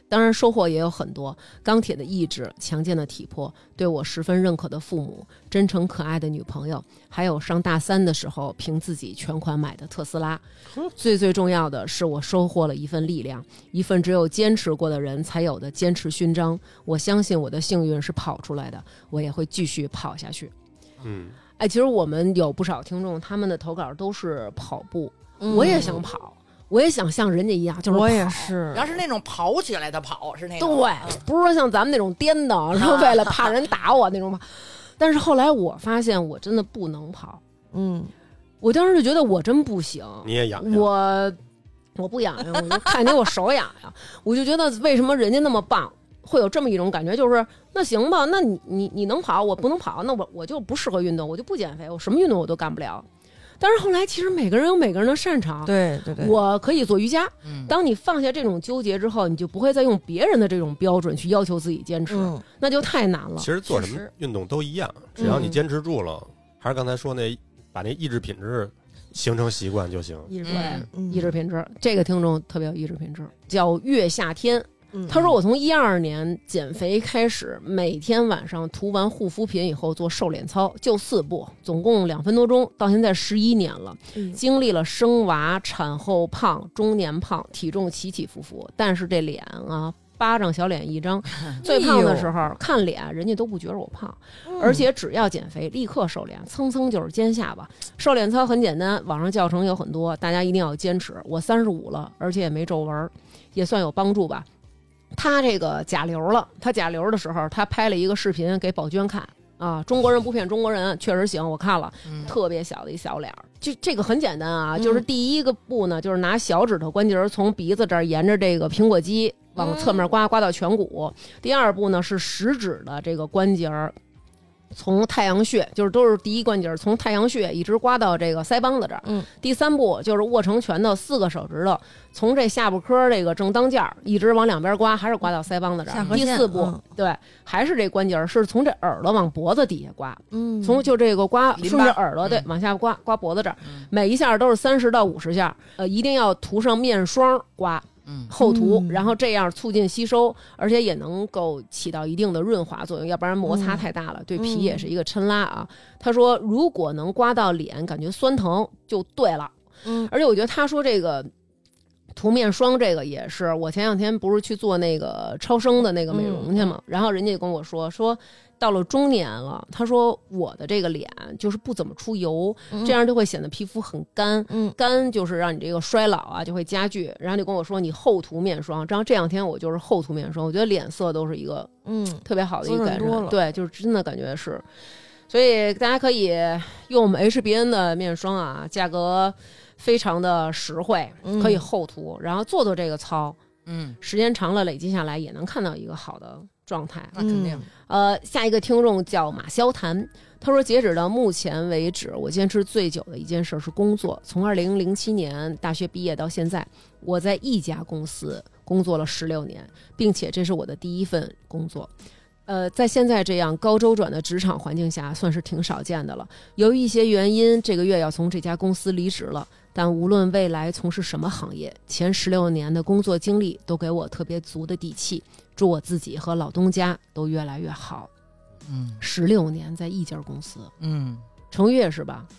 当然收获也有很多，钢铁的意志，强健的体魄，对我十分认可的父母，真诚可爱的女朋友，还有上大3的时候凭自己全款买的特斯拉。最重要的是我收获了一份力量，一份只有坚持过的人才有的坚持勋章。我相信我的幸运是跑出来的，我也会继续跑下去。其实我们有不少听众他们的投稿都是跑步，我也想跑，我也想像人家一样，就是我也是， 然后是那种跑起来的跑，是那种对，不是说像咱们那种颠的，然后为了怕人打我那种跑。但是后来我发现我真的不能跑，我当时就觉得我真不行。 你也痒痒？我不痒痒，我就看见我手痒痒，我就觉得为什么人家那么棒，会有这么一种感觉，就是那行吧，那你能跑，我不能跑，那我就不适合运动，我就不减肥，我什么运动我都干不了。但是后来其实每个人有每个人的擅长， 对， 我可以做瑜伽。当你放下这种纠结之后，你就不会再用别人的这种标准去要求自己坚持，那就太难了。 其实做什么运动都一样，只要你坚持住了，还是刚才说那把那意志品质形成习惯就行。 意志品质，这个听众特别有意志品质，叫月夏天。他说我从2012年减肥开始，每天晚上涂完护肤品以后做瘦脸操，就4步，总共2分多钟，到现在11年了，经历了生娃、产后胖、中年胖，体重起起伏伏，但是这脸啊，巴掌小脸一张，最胖的时候看脸人家都不觉得我胖，而且只要减肥立刻瘦脸，蹭蹭就是尖下巴。瘦脸操很简单，网上教程有很多，大家一定要坚持。我35了，而且也没皱纹，也算有帮助吧。他这个甲流了，他甲流的时候，他拍了一个视频给宝娟看啊，中国人不骗中国人，确实行，我看了，特别小的一小脸。就这个很简单啊，就是第一个步呢，就是拿小指头关节从鼻子这儿沿着这个苹果肌往侧面刮到颧骨。第二步呢是食指的这个关节从太阳穴，就是都是第一关节，从太阳穴一直刮到这个腮帮子这儿。第3步就是握成拳头，4个手指头从这下巴颏这个正当间一直往两边刮，还是刮到腮帮子这儿。第4步，对，还是这关节是从这耳朵往脖子底下刮，从就这个刮顺着耳朵对往下刮脖子这儿，每一下都是30到50下，一定要涂上面霜刮。后涂，然后这样促进吸收，而且也能够起到一定的润滑作用，要不然摩擦太大了，对皮也是一个抻拉啊。他说如果能刮到脸感觉酸疼就对了。而且我觉得他说这个涂面霜这个也是，我前2天不是去做那个超声的那个美容去嘛，然后人家跟我说到了中年了，他说我的这个脸就是不怎么出油，这样就会显得皮肤很干，干就是让你这个衰老啊就会加剧。然后就跟我说你后涂面霜，然后这2天我就是后涂面霜，我觉得脸色都是一个特别好的一个改善，对，就是真的感觉是。所以大家可以用我们 HBN 的面霜啊，价格非常的实惠，可以后涂，然后做这个操，时间长了累积下来也能看到一个好的状态。 那肯定。 下一个听众叫马潇谈，他说截止到目前为止，我坚持最久的一件事是工作。从2007年大学毕业到现在，我在一家公司工作了16年，并且这是我的第1份工作。在现在这样高周转的职场环境下，算是挺少见的了。由于一些原因，这个月要从这家公司离职了。但无论未来从事什么行业，前16年的工作经历都给我特别足的底气。祝我自己和老东家都越来越好。16年在一家公司，程越是吧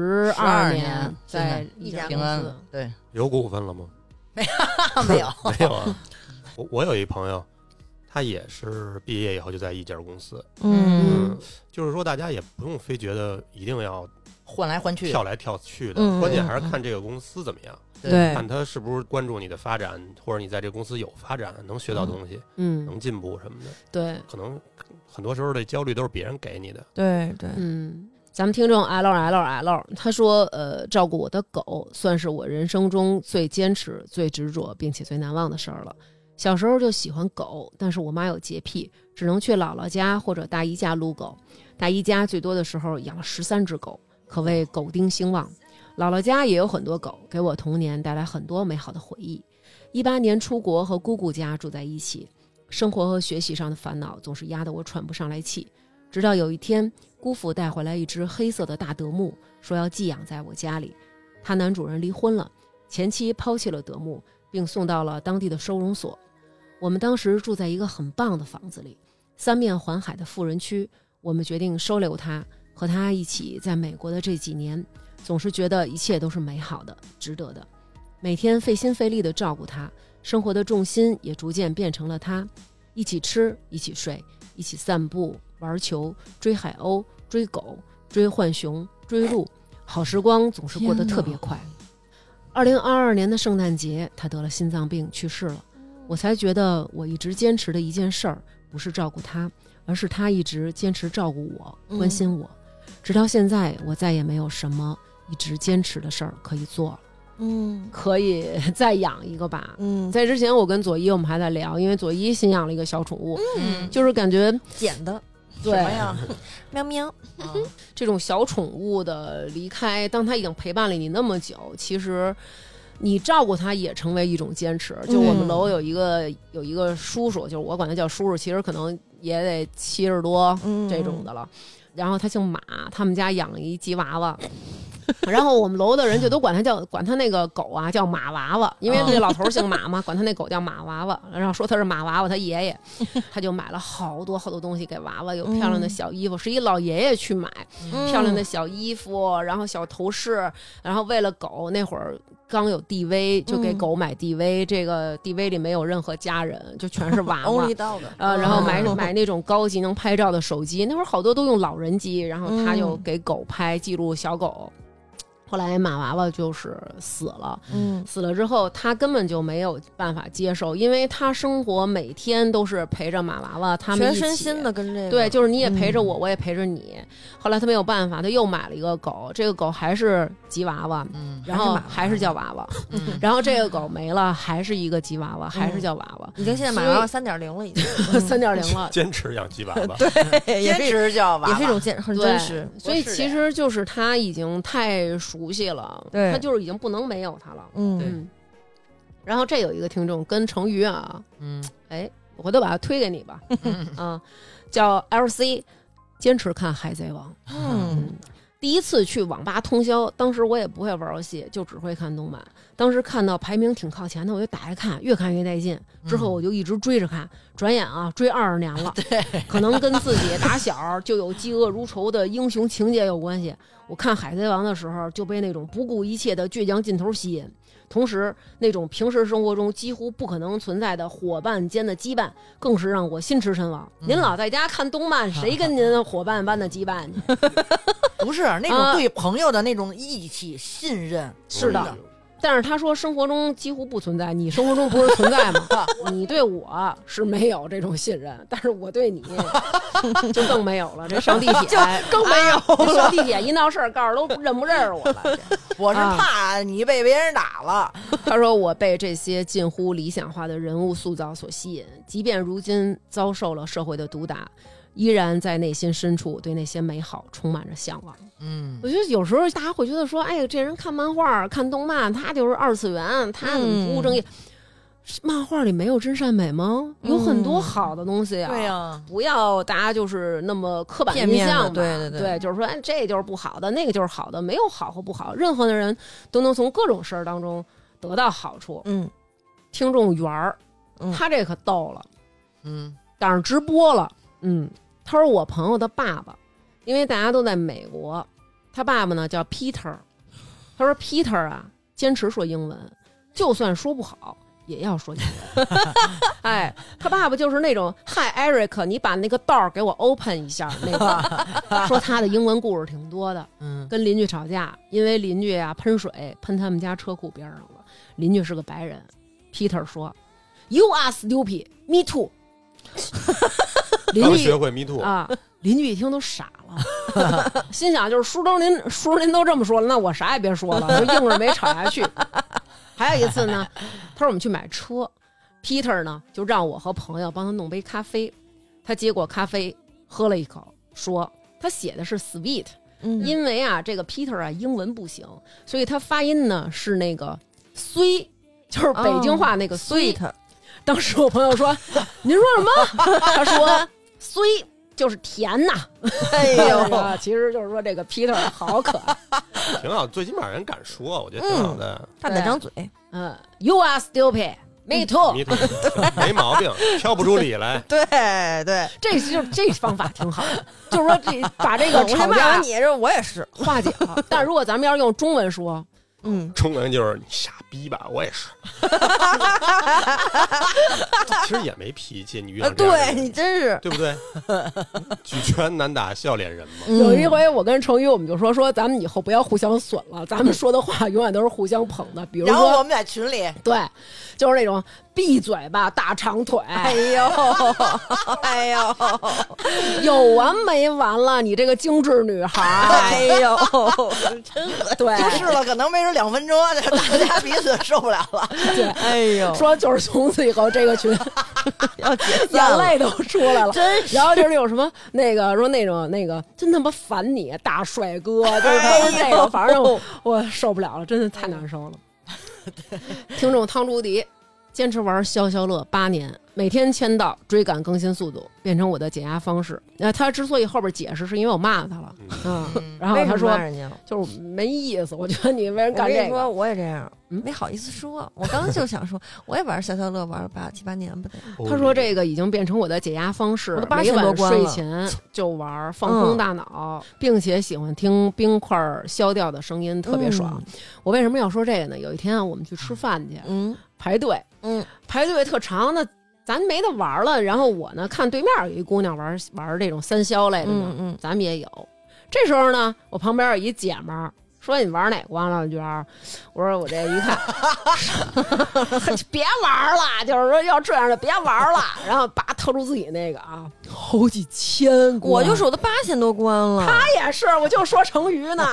？12年在一家公司， 对， 有股份了吗？ 没有没有啊。我有一朋友，他也是毕业以后就在一家公司，就是说大家也不用非觉得一定要换来换去、 跳来跳去的，关键还是看这个公司怎么样。 对， 看他是不是关注你的发展，或者你在这个公司有发展，能学到东西，能进步什么的。对，可能很多时候的焦虑都是别人给你的。 对， 咱们听众 LLL 他说，照顾我的狗算是我人生中最坚持、最执着，并且最难忘的事儿了。小时候就喜欢狗，但是我妈有洁癖，只能去姥姥家或者大姨家撸狗。大姨家最多的时候养了13只狗，可谓狗丁兴旺。姥姥家也有很多狗，给我童年带来很多美好的回忆。18年出国和姑姑家住在一起，生活和学习上的烦恼总是压得我喘不上来气。直到有一天，姑父带回来一只黑色的大德牧，说要寄养在我家里。他男主人离婚了，前妻抛弃了德牧，并送到了当地的收容所。 我们当时住在一个很棒的房子里，3面环海的富人区。我们决定收留他，和他一起在美国的这几年，总是觉得一切都是美好的，值得的。每天费心费力地照顾他，生活的重心也逐渐变成了他。一起吃，一起睡，一起散步、玩球、追海鸥、追狗、追浣熊、追鹿，好时光总是过得特别快。2022年的圣诞节，他得了心脏病去世了。我才觉得我一直坚持的一件事儿，不是照顾他，而是他一直坚持照顾我，关心我。直到现在，我再也没有什么一直坚持的事儿可以做了。可以再养一个吧。在之前我跟左一我们还在聊，因为左一新养了一个小宠物，就是感觉捡的。 对， 什么呀？ 喵喵。 这种小宠物的离开，当它已经陪伴了你那么久，其实你照顾它也成为一种坚持。就我们楼有一个叔叔，就是我管他叫叔叔，其实可能也得70多这种的了。然后他姓马，他们家养了一吉娃娃。然后我们楼的人就都管他那个狗啊叫马娃娃，因为那老头姓马嘛，管他那狗叫马娃娃。然后说他是马娃娃他爷爷，他就买了好多好多东西给娃娃，有漂亮的小衣服，是一老爷爷去买漂亮的小衣服，然后小头饰，然后为了狗那会儿刚有 DV， 就给狗买 DV，这个 DV 里没有任何家人，就全是娃娃然后买那种高级能拍照的手机，那会儿好多都用老人机，然后他就给狗拍记录小狗。后来马娃娃就是死了，死了之后他根本就没有办法接受，因为他生活每天都是陪着马娃娃，他们一起全身心的跟这个， 对，就是你也陪着我，我也陪着你。后来他没有办法，他又买了一个狗，这个狗还是吉娃娃，然后还是叫娃娃，然后这个狗没了，还是一个吉娃娃，还是叫娃娃， 已经现在马娃娃3.0了，已经 3.0了， 坚持养吉娃娃， 对， 坚持叫娃娃， 也是一种很真实。 所以其实就是他已经太熟悉了， 对， 他就是已经不能没有他了。然后这有一个听众跟成瑜啊，我回头把它推给你吧，叫 LC， 坚持看海贼王。第一次去网吧通宵，当时我也不会玩游戏，就只会看动漫。当时看到排名挺靠前的，我就打开看，越看越带劲。之后我就一直追着看，转眼啊追20年了。对，可能跟自己打小就有嫉恶如仇的英雄情节有关系。我看海贼王的时候就被那种不顾一切的倔强劲头吸引，同时那种平时生活中几乎不可能存在的伙伴间的羁绊更是让我心驰神往。您老在家看动漫，谁跟您伙伴般的羁绊呢？ 不是那种对朋友的那种义气信任， 是的。但是他说生活中几乎不存在，你生活中不是存在吗？你对我是没有这种信任，但是我对你就更没有了。这上地铁就更没有了， 上地铁一闹事儿，告诉都认不认识我了。 我是怕你被别人打了。 他说我被这些近乎理想化的人物塑造所吸引，即便如今遭受了社会的毒打，依然在内心深处对那些美好充满着向往。我觉得有时候大家会觉得说，哎呀，这人看漫画看动漫他就是二次元，他怎么不务正业？漫画里没有真善美吗？有很多好的东西啊。 对呀， 不要大家就是那么刻板印象嘛。 对， 就是说，哎，这就是不好的，那个就是好的，没有好和不好，任何的人都能从各种事儿当中得到好处。听众缘儿，他这可逗了，赶上直播了。他说我朋友的爸爸，因为大家都在美国，他爸爸呢叫 Peter。他说 Peter 啊，坚持说英文，就算说不好也要说英文。哎，他爸爸就是那种 Hi Eric， 你把那个道给我 open 一下那个。说他的英文故事挺多的，跟邻居吵架，因为邻居啊喷水喷他们家车库边上了，邻居是个白人。Peter 说 You are stupid, me too。邻居学会 me too 啊，邻居一听都傻了，心想就是叔叔您都这么说了，那我啥也别说了，就硬着没吵下去。还有一次呢，他说我们去买车 ，Peter 呢就让我和朋友帮他弄杯咖啡，他接过咖啡喝了一口，说他写的是 sweet，因为啊这个 Peter 啊英文不行，所以他发音呢是那个衰，就是北京话那个sweet。当时我朋友说：“您说什么？”他说：“衰就是甜呐。”哎呦，其实就是说这个 Peter 好可爱， 挺好，最起码人敢说，我觉得挺好的。 大点张嘴。 You are stupid, Me too， 没毛病，挑不出理来。 对对， 这方法挺好，就是说把这个吵架你这我也是化解了。但如果咱们要是用中文说， 中文就是你傻逼吧，我也是。其实也没脾气，你遇到这样的人对你真是对不对？举拳难打笑脸人嘛。 有一回我跟程宇我们就说咱们以后不要互相损了，咱们说的话永远都是互相捧的。比如说然后我们在群里， 对，就是那种闭嘴吧大长腿， 哎呦有完没完了？你这个精致女孩， 哎呦，真恶对， 就是了，可能没准2分钟，大家彼此受不了了。 对， 哎呦， 说就是从此以后这个群要解散了， 眼泪都出来了， 真是。 然后就是有什么那个说那种真他妈烦你大帅哥，就是都是那种，反正我受不了了，真的太难受了。听众汤朱迪坚持玩消消乐8年，每天签到追赶更新速度，变成我的解压方式。他之所以后边解释，是因为我骂他了，然后他说就是没意思，我觉得你为人干这个。 我跟你说，我也这样，没好意思说。我刚刚就想说，我也玩消消乐，玩了7、8年不得。 他说这个已经变成我的解压方式， 我都每晚 8000多关了睡前就玩，放空大脑，并且喜欢听冰块消掉的声音，特别爽。我为什么要说这个呢？有一天啊，我们去吃饭去，排队，排队特长，那咱没得玩了。然后我呢，看对面有一姑娘玩这种3消类的呢，咱们也有。这时候呢，我旁边有一姐们儿说：“你玩哪关了？娟儿？”我说：“我这一看，别玩了，就是说要这样的别玩了。”然后叭掏出自己那个啊，好几千关， 我就说我都8000多关了。 他也是，我就说成语呢，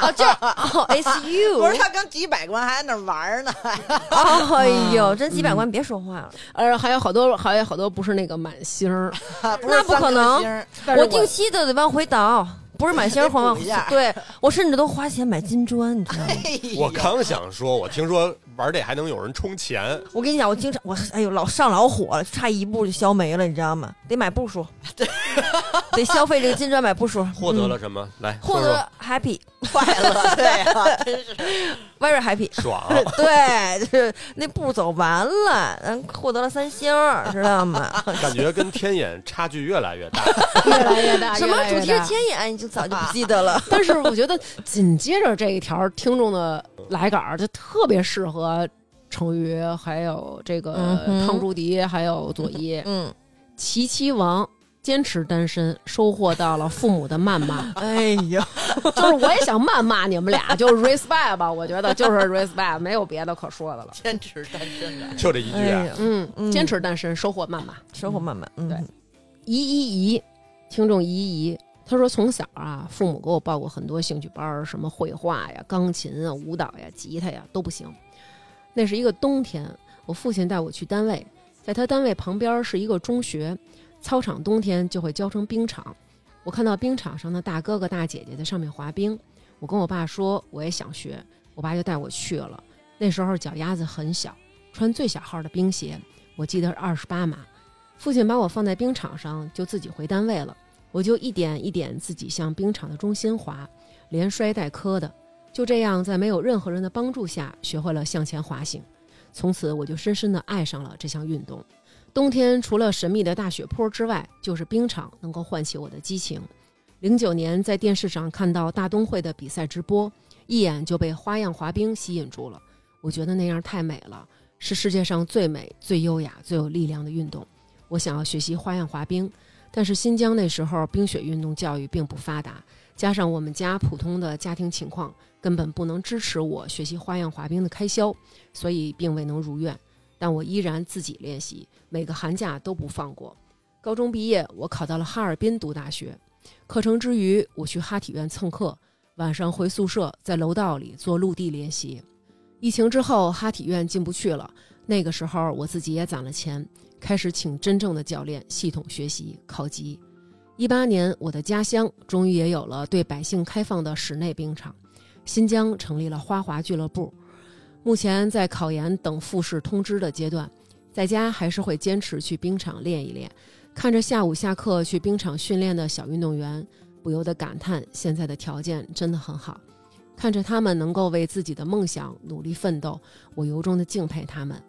it's you， 不是他刚几百关还在那玩呢。 哎呦，真几百关别说话了。 还有好多不是那个满星儿， 那不可能，我定期的得往回倒。不是买星黄，对我甚至都花钱买金砖，你知道吗？ 我刚想说，我听说玩这还能有人充钱。 我跟你讲，我经常哎呦老上老火了，差一步就消没了，你知道吗？得买步数，得消费这个金砖买步数。 获得了什么？来， 获得 happy 快乐，对啊，真是 very happy 爽。 对，就是那步走完了，咱获得了3星，知道吗？ 感觉跟天眼差距越来越大， 越来越大。 什么主题是天眼，你就早就不记得了。 但是我觉得紧接着这一条听众的来稿就特别适合成瑜，还有这个汤朱迪，还有佐伊。琪琪王坚持单身，收获到了父母的谩骂。 哎呦， 就是我也想谩骂你们俩，就是 respect 吧，我觉得就是 respect， 没有别的可说的了。 坚持单身的， 就这一句啊。 坚持单身，收获谩骂， 收获谩骂。 对，姨，听众姨。他说从小啊，父母给我报过很多兴趣班，什么绘画呀、钢琴啊、舞蹈呀、吉他呀都不行。那是一个冬天，我父亲带我去单位，在他单位旁边是一个中学，操场冬天就会浇成冰场。我看到冰场上的大哥哥大姐姐在上面滑冰，我跟我爸说我也想学，我爸就带我去了。那时候脚丫子很小，穿最小号的冰鞋，我记得是28码。父亲把我放在冰场上，就自己回单位了。我就一点一点自己向冰场的中心滑，连摔带磕的，就这样在没有任何人的帮助下学会了向前滑行。从此我就深深地爱上了这项运动。冬天除了神秘的大雪坡之外，就是冰场能够唤起我的激情。09年在电视上看到大冬会的比赛直播，一眼就被花样滑冰吸引住了。我觉得那样太美了，是世界上最美、最优雅、最有力量的运动。我想要学习花样滑冰，但是新疆那时候冰雪运动教育并不发达，加上我们家普通的家庭情况根本不能支持我学习花样滑冰的开销，所以并未能如愿。但我依然自己练习，每个寒假都不放过。高中毕业，我考到了哈尔滨读大学。课程之余，我去哈体院蹭课，晚上回宿舍，在楼道里做陆地练习。疫情之后，哈体院进不去了，那个时候我自己也攒了钱，开始请真正的教练系统学习考级。18年，我的家乡终于也有了对百姓开放的室内冰场，新疆成立了花滑俱乐部。目前在考研等复试通知的阶段，在家还是会坚持去冰场练一练，看着下午下课去冰场训练的小运动员，不由得感叹现在的条件真的很好。看着他们能够为自己的梦想努力奋斗，我由衷的敬佩他们。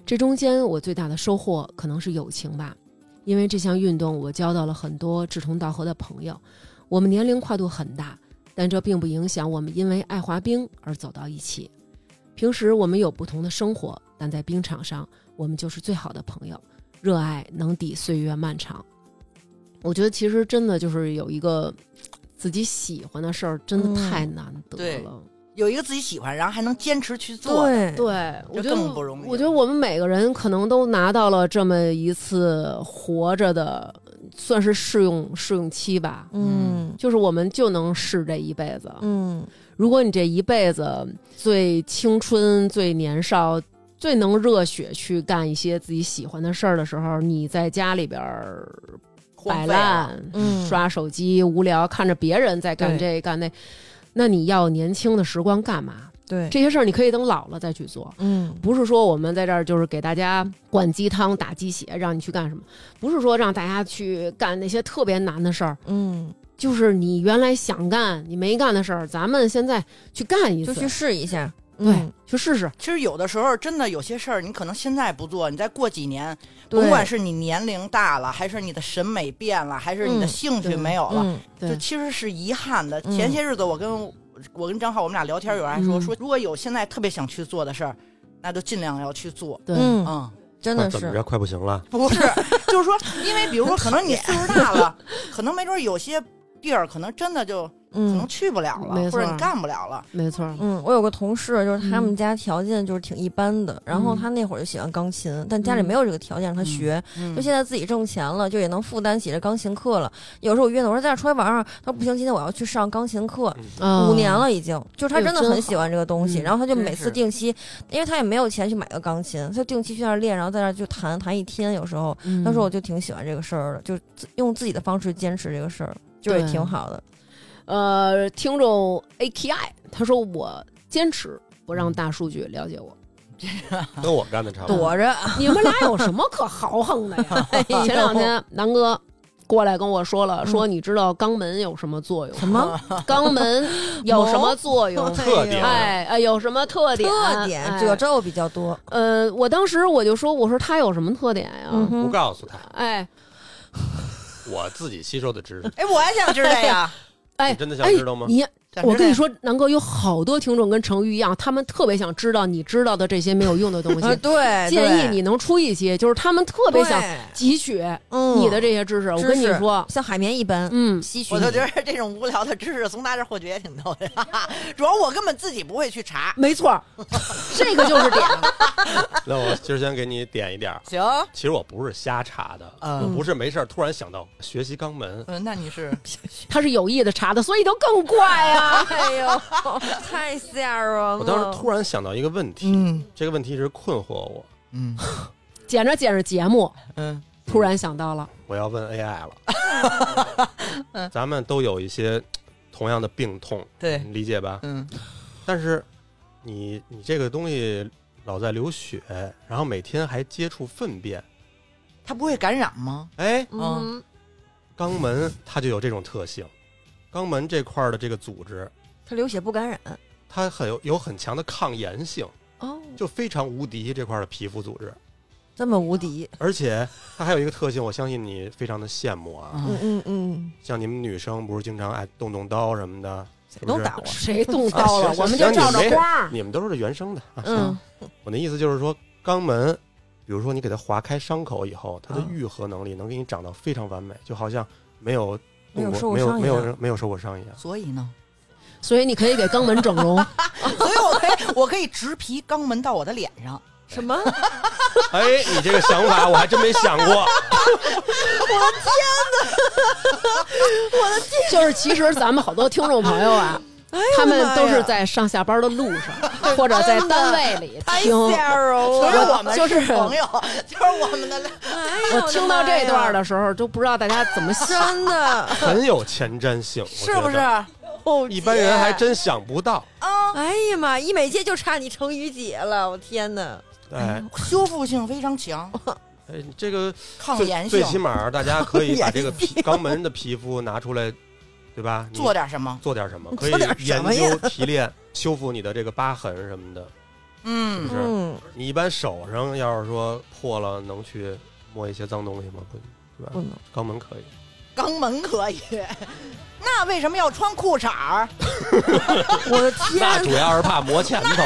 这中间我最大的收获可能是友情吧，因为这项运动我交到了很多志同道合的朋友，我们年龄跨度很大，但这并不影响我们因为爱滑冰而走到一起。平时我们有不同的生活，但在冰场上我们就是最好的朋友，热爱能抵岁月漫长。我觉得其实真的就是有一个自己喜欢的事儿，真的太难得了。 有一个自己喜欢，然后还能坚持去做， 对，我觉得更不容易。 我觉得我们每个人可能都拿到了这么一次活着的，算是试用期吧。就是我们就能试这一辈子。如果你这一辈子最青春、最年少、最能热血去干一些自己喜欢的事儿的时候，你在家里边摆烂、刷手机、无聊，看着别人在干这干那。那你要年轻的时光干嘛？ 对， 这些事儿你可以等老了再去做。不是说我们在这儿就是给大家灌鸡汤打鸡血让你去干什么，不是说让大家去干那些特别难的事儿。就是你原来想干你没干的事儿，咱们现在去干一次， 就去试一下。 对，去试试。 其实有的时候真的有些事儿，你可能现在不做，你再过几年，甭管是你年龄大了，还是你的审美变了，还是你的兴趣没有了，就其实是遗憾的。前些日子我跟张浩我们俩聊天，有人还说如果有现在特别想去做的事儿，那就尽量要去做。 对， 真的是怎么着快不行了？ 不是，就是说，因为比如说，可能你岁数大了，可能没准有些地儿可能真的就可能去不了了，或者你干不了了。 没错。 我有个同事，就是他们家条件就是挺一般的，然后他那会儿就喜欢钢琴，但家里没有这个条件让他学，就现在自己挣钱了，就也能负担起这钢琴课了。有时候我约他，我说咱俩出来玩玩，他说不行，今天我要去上钢琴课，5年了已经，就是他真的很喜欢这个东西，然后他就每次定期，因为他也没有钱去买个钢琴，他就定期去那儿练，然后在那儿就弹一天，有时候他说我就挺喜欢这个事儿的，就用自己的方式坚持这个事儿，就也挺好的。 听众 AKI 他说我坚持不让大数据了解我， 跟我干的差不多。 躲着， 你们俩有什么可豪横的呀？前两天南哥过来跟我说了，说你知道肛门有什么作用？ 什么？ 肛门有什么作用？ 特点？ 有什么特点？ 褶皱比较多。 我当时我就说，我说他有什么特点呀？ 不告诉他。我自己吸收的知识。 我也想知道呀。 你真的想知道吗？ 我跟你说，南哥有好多听众跟程昱一样，他们特别想知道你知道的这些没有用的东西。 对， 建议你能出一期，就是他们特别想汲取你的这些知识。我跟你说， 像海绵一般，吸取。 我就觉得这种无聊的知识从他这获取也挺逗的，主要我根本自己不会去查。 没错，这个就是点。 那我今儿先给你点一点。 行。 其实我不是瞎查的，我不是没事突然想到学习肛门。 那你是？ 他是有意的查的，所以就更怪呀。 哎呦，太吓人了！ 我当时突然想到一个问题，这个问题是困惑我。 剪着节目，突然想到了， 我要问 AI 了。咱们都有一些同样的病痛， 对， 你理解吧？但是你这个东西老在流血，然后每天还接触粪便， 它不会感染吗？ 肛门它就有这种特性。肛门这块的这个组织， 它流血不感染， 它有很强的抗炎性，就非常无敌这块的皮肤组织， 这么无敌。 而且它还有一个特性，我相信你非常的羡慕啊。像你们女生不是经常爱动刀什么的， 谁都打我， 谁动刀了？我们就照着光。 你们都是原生的。我的意思就是说，肛门，比如说你给它划开伤口以后，它的愈合能力能给你长到非常完美，就好像没有受过伤一样。 所以你可以给肛门整容。 所以我可以植皮肛门到我的脸上。 什么？ 你这个想法我还真没想过。我的天哪！ 就是其实咱们好多听众朋友啊，他们都是在上下班的路上，或者在单位里听。 我们就是朋友，就是我们的。 我听到这段的时候，就不知道大家怎么想。 真的很有前瞻性， 是不是？ 一般人还真想不到。 哎呀妈！医美界就差你程昱姐了，我天哪！ 修复性非常强。 这个抗炎性， 最起码大家可以把这个肛门的皮肤拿出来，对吧？ 做点什么？ 可以研究提炼，修复你的这个疤痕什么的。 是不是？你一般手上要是说破了，能去摸一些脏东西吗？不，对吧？ 不能。 肛门可以， 肛门可以，那为什么要穿裤衩儿？ 我的天！ 那主要是怕磨前头。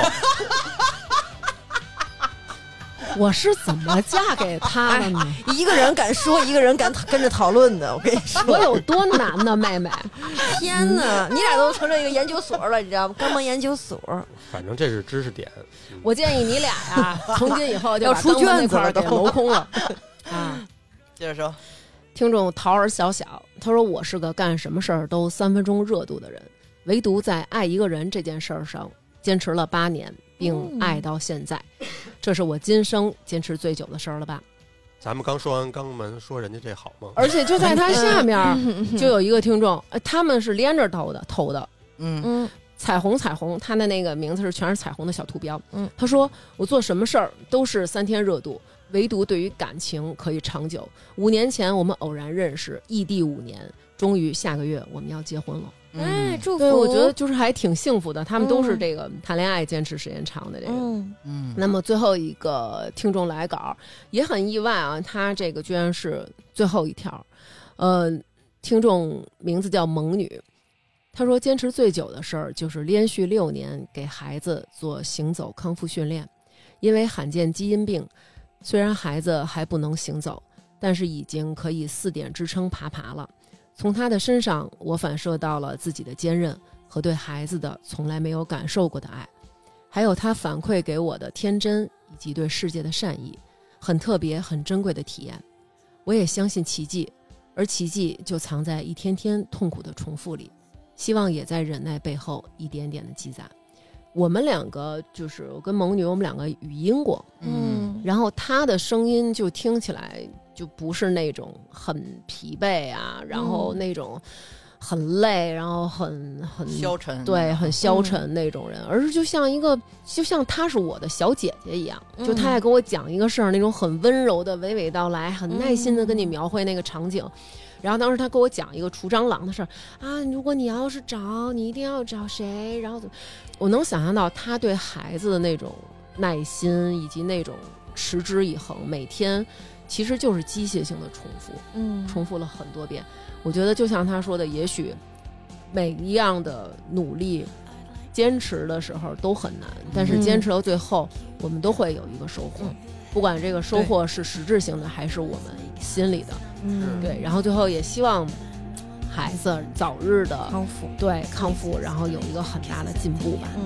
我是怎么嫁给他的呢？ 一个人敢说，一个人敢跟着讨论的。我跟你说， 我有多难呢，妹妹？ 天哪，你俩都成了一个研究所了，你知道吗？肛门研究所。 反正这是知识点。 我建议你俩呀，从今以后就把要出卷子了， 给镂空了啊！ 接着说， 听众桃儿小小他说：“我是个干什么事儿都3分钟热度的人，唯独在爱一个人这件事儿上坚持了8年。”并爱到现在，这是我今生坚持最久的事儿了吧？ 咱们刚说完肛门，说人家这好吗？ 而且就在他下面就有一个听众，他们是连着投的，彩虹，他的那个名字是全是彩虹的小图标。他说我做什么事儿都是3天热度，唯独对于感情可以长久。5年前我们偶然认识，异地5年，终于下个月我们要结婚了。 哎，祝福！ 对，我觉得就是还挺幸福的，他们都是这个谈恋爱坚持时间长的这个。那么最后一个听众来稿也很意外啊，他这个居然是最后一条。听众名字叫萌女，他说坚持最久的事儿就是连续6年给孩子做行走康复训练，因为罕见基因病，虽然孩子还不能行走，但是已经可以4点支撑爬了。从他的身上，我反射到了自己的坚韧和对孩子的从来没有感受过的爱，还有他反馈给我的天真以及对世界的善意，很特别、很珍贵的体验。我也相信奇迹，而奇迹就藏在一天天痛苦的重复里，希望也在忍耐背后一点点的积攒。我们2个就是我跟萌女，我们2个语音过，然后他的声音就听起来就不是那种很疲惫啊，然后那种很累，然后很消沉， 对，很消沉那种人，而是就像她是我的小姐姐一样，就她爱跟我讲一个事儿，那种很温柔的娓娓道来，很耐心的跟你描绘那个场景。然后当时他跟我讲一个除蟑螂的事儿啊，如果你要是找，你一定要找谁？然后我能想象到他对孩子的那种耐心，以及那种持之以恒，每天其实就是机械性的重复，重复了很多遍。我觉得就像他说的，也许每一样的努力坚持的时候都很难，但是坚持到最后，我们都会有一个收获。不管这个收获是实质性的还是我们心里的，对。然后最后也希望孩子早日的康复，然后有一个很大的进步吧。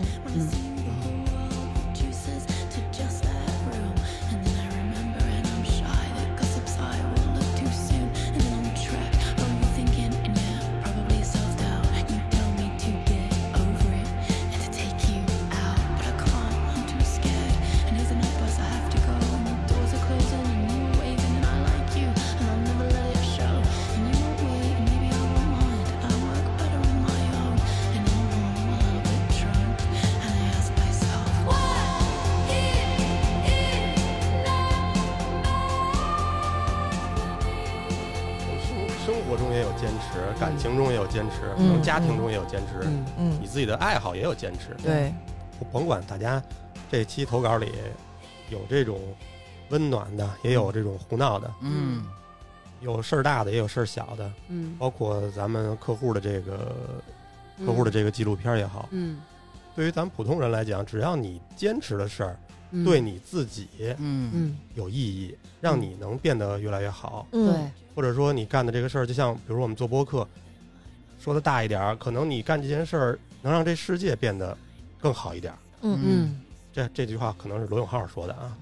感情中也有坚持，可能家庭中也有坚持，你自己的爱好也有坚持。 对， 甭管大家这期投稿里有这种温暖的，也有这种胡闹的，有事儿大的，也有事儿小的，包括咱们客户的这个纪录片也好，对于咱们普通人来讲，只要你坚持的事儿对你自己有意义，让你能变得越来越好， 对。 或者说你干的这个事儿，就像比如说我们做播客，说的大一点，可能你干这件事儿能让这世界变得更好一点。这句话可能是罗永浩说的啊。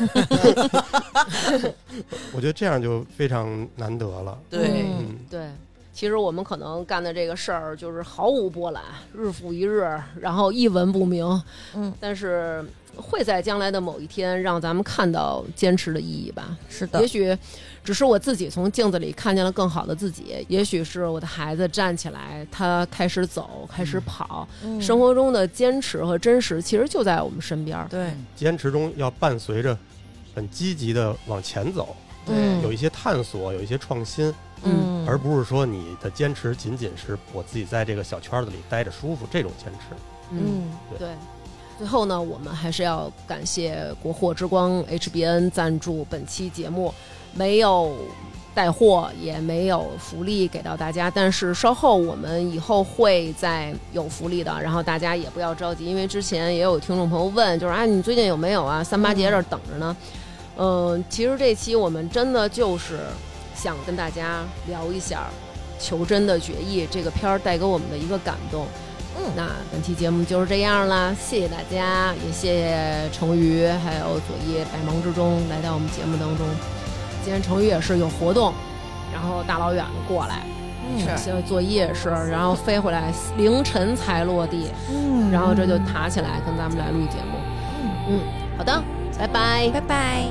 我觉得这样就非常难得了。 对， 对。其实我们可能干的这个事儿就是毫无波澜，日复一日，然后一文不名。但是会在将来的某一天让咱们看到坚持的意义吧。 是的， 也许只是我自己从镜子里看见了更好的自己，也许是我的孩子站起来，他开始走，开始跑。生活中的坚持和真实其实就在我们身边。 对， 坚持中要伴随着很积极的往前走，有一些探索，有一些创新。而不是说你的坚持仅仅是我自己在这个小圈子里待着舒服这种坚持。 对。 最后呢，我们还是要感谢国货之光 HBN 赞助本期节目，没有带货也没有福利给到大家，但是稍后我们以后会再有福利的，然后大家也不要着急，因为之前也有听众朋友问，就是你最近有没有啊？38节这等着呢。其实这期我们真的就是想跟大家聊一下《求真的决议》这个片儿带给我们的一个感动。那本期节目就是这样啦，谢谢大家，也谢谢成瑜还有左一百忙之中来到我们节目当中。今天成瑜也是有活动，然后大老远的过来，是左一也是，然后飞回来凌晨才落地，然后这就爬起来跟咱们来录节目。好的，拜拜， 拜拜。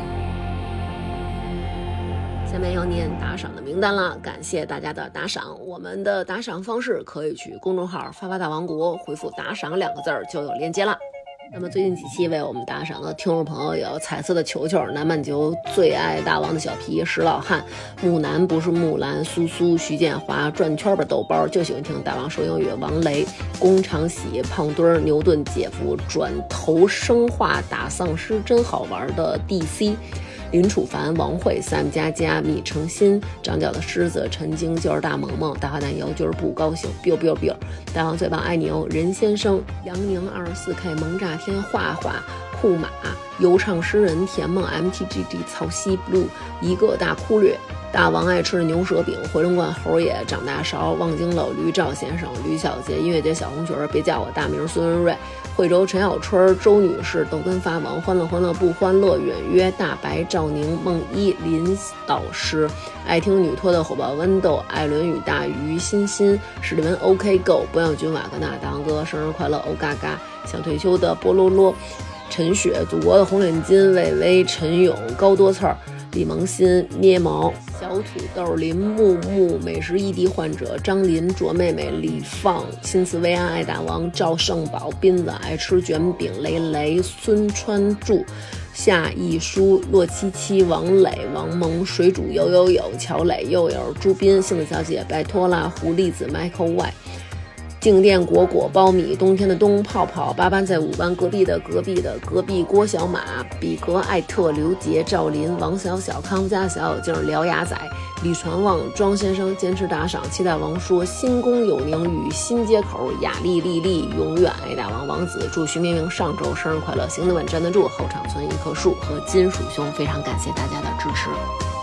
下面要念打赏的名单了，感谢大家的打赏。我们的打赏方式可以去公众号发发大王国回复打赏2个字就有链接了。那么最近几期为我们打赏的听众朋友有彩色的球球、南半球最爱大王的小皮、石老汉、木南不是木兰、苏苏、徐建华、转圈吧豆包就喜欢听大王说英语、王雷、工厂喜、胖墩儿、牛顿姐夫、转头生化打丧尸真好玩的 DC、林楚凡、王慧、Sam 佳佳、米成新、长脚的狮子、陈晶、就是大萌萌、大花蛋油就是不高兴 biu biu biu、大王最棒爱你哦、任先生、杨宁 24K、萌炸天、画画、库马、游唱诗人、甜梦 MTGG、曹西 blue、一个大忽略、大王爱吃的牛舌饼、回龙观猴爷、长大勺、望京楼、驴赵先生、吕小杰、音乐节小红裙、别叫我大名孙文瑞、惠州陈小春、周女士、豆根发王、欢乐欢乐不欢乐、远约、大白、赵宁、梦一、林导师、爱听女托的火爆豌豆、艾伦与大鱼、欣欣、史蒂文 OK Go、不要君瓦格纳、大王哥生日快乐欧嘎嘎、想退休的波罗罗、陈雪、祖国的红领巾、魏巍、陈勇、高多刺儿、李萌新、捏毛、小土豆、林木木、美食异地患者、张林、卓妹妹、李放、新慈薇安、爱大王、赵胜宝、斌子爱吃卷饼、雷雷、孙川柱、夏一书、洛七七、王磊、王萌、水煮有有有、乔磊、又有、朱斌、杏子小姐、拜托啦、狐狸子、Michael Y、静电果果、苞米、冬天的冬、泡泡、八班在5班隔壁的隔壁郭小马、比格、艾特、刘杰、赵林、王小小、康家小小静、獠牙仔、李传旺、庄先生坚持打赏，期待王说、新宫有宁与新街口、雅丽丽丽永远爱大王王子，祝徐明明上周生日快乐，行得稳站得住，后场村一棵树和金属兄，非常感谢大家的支持。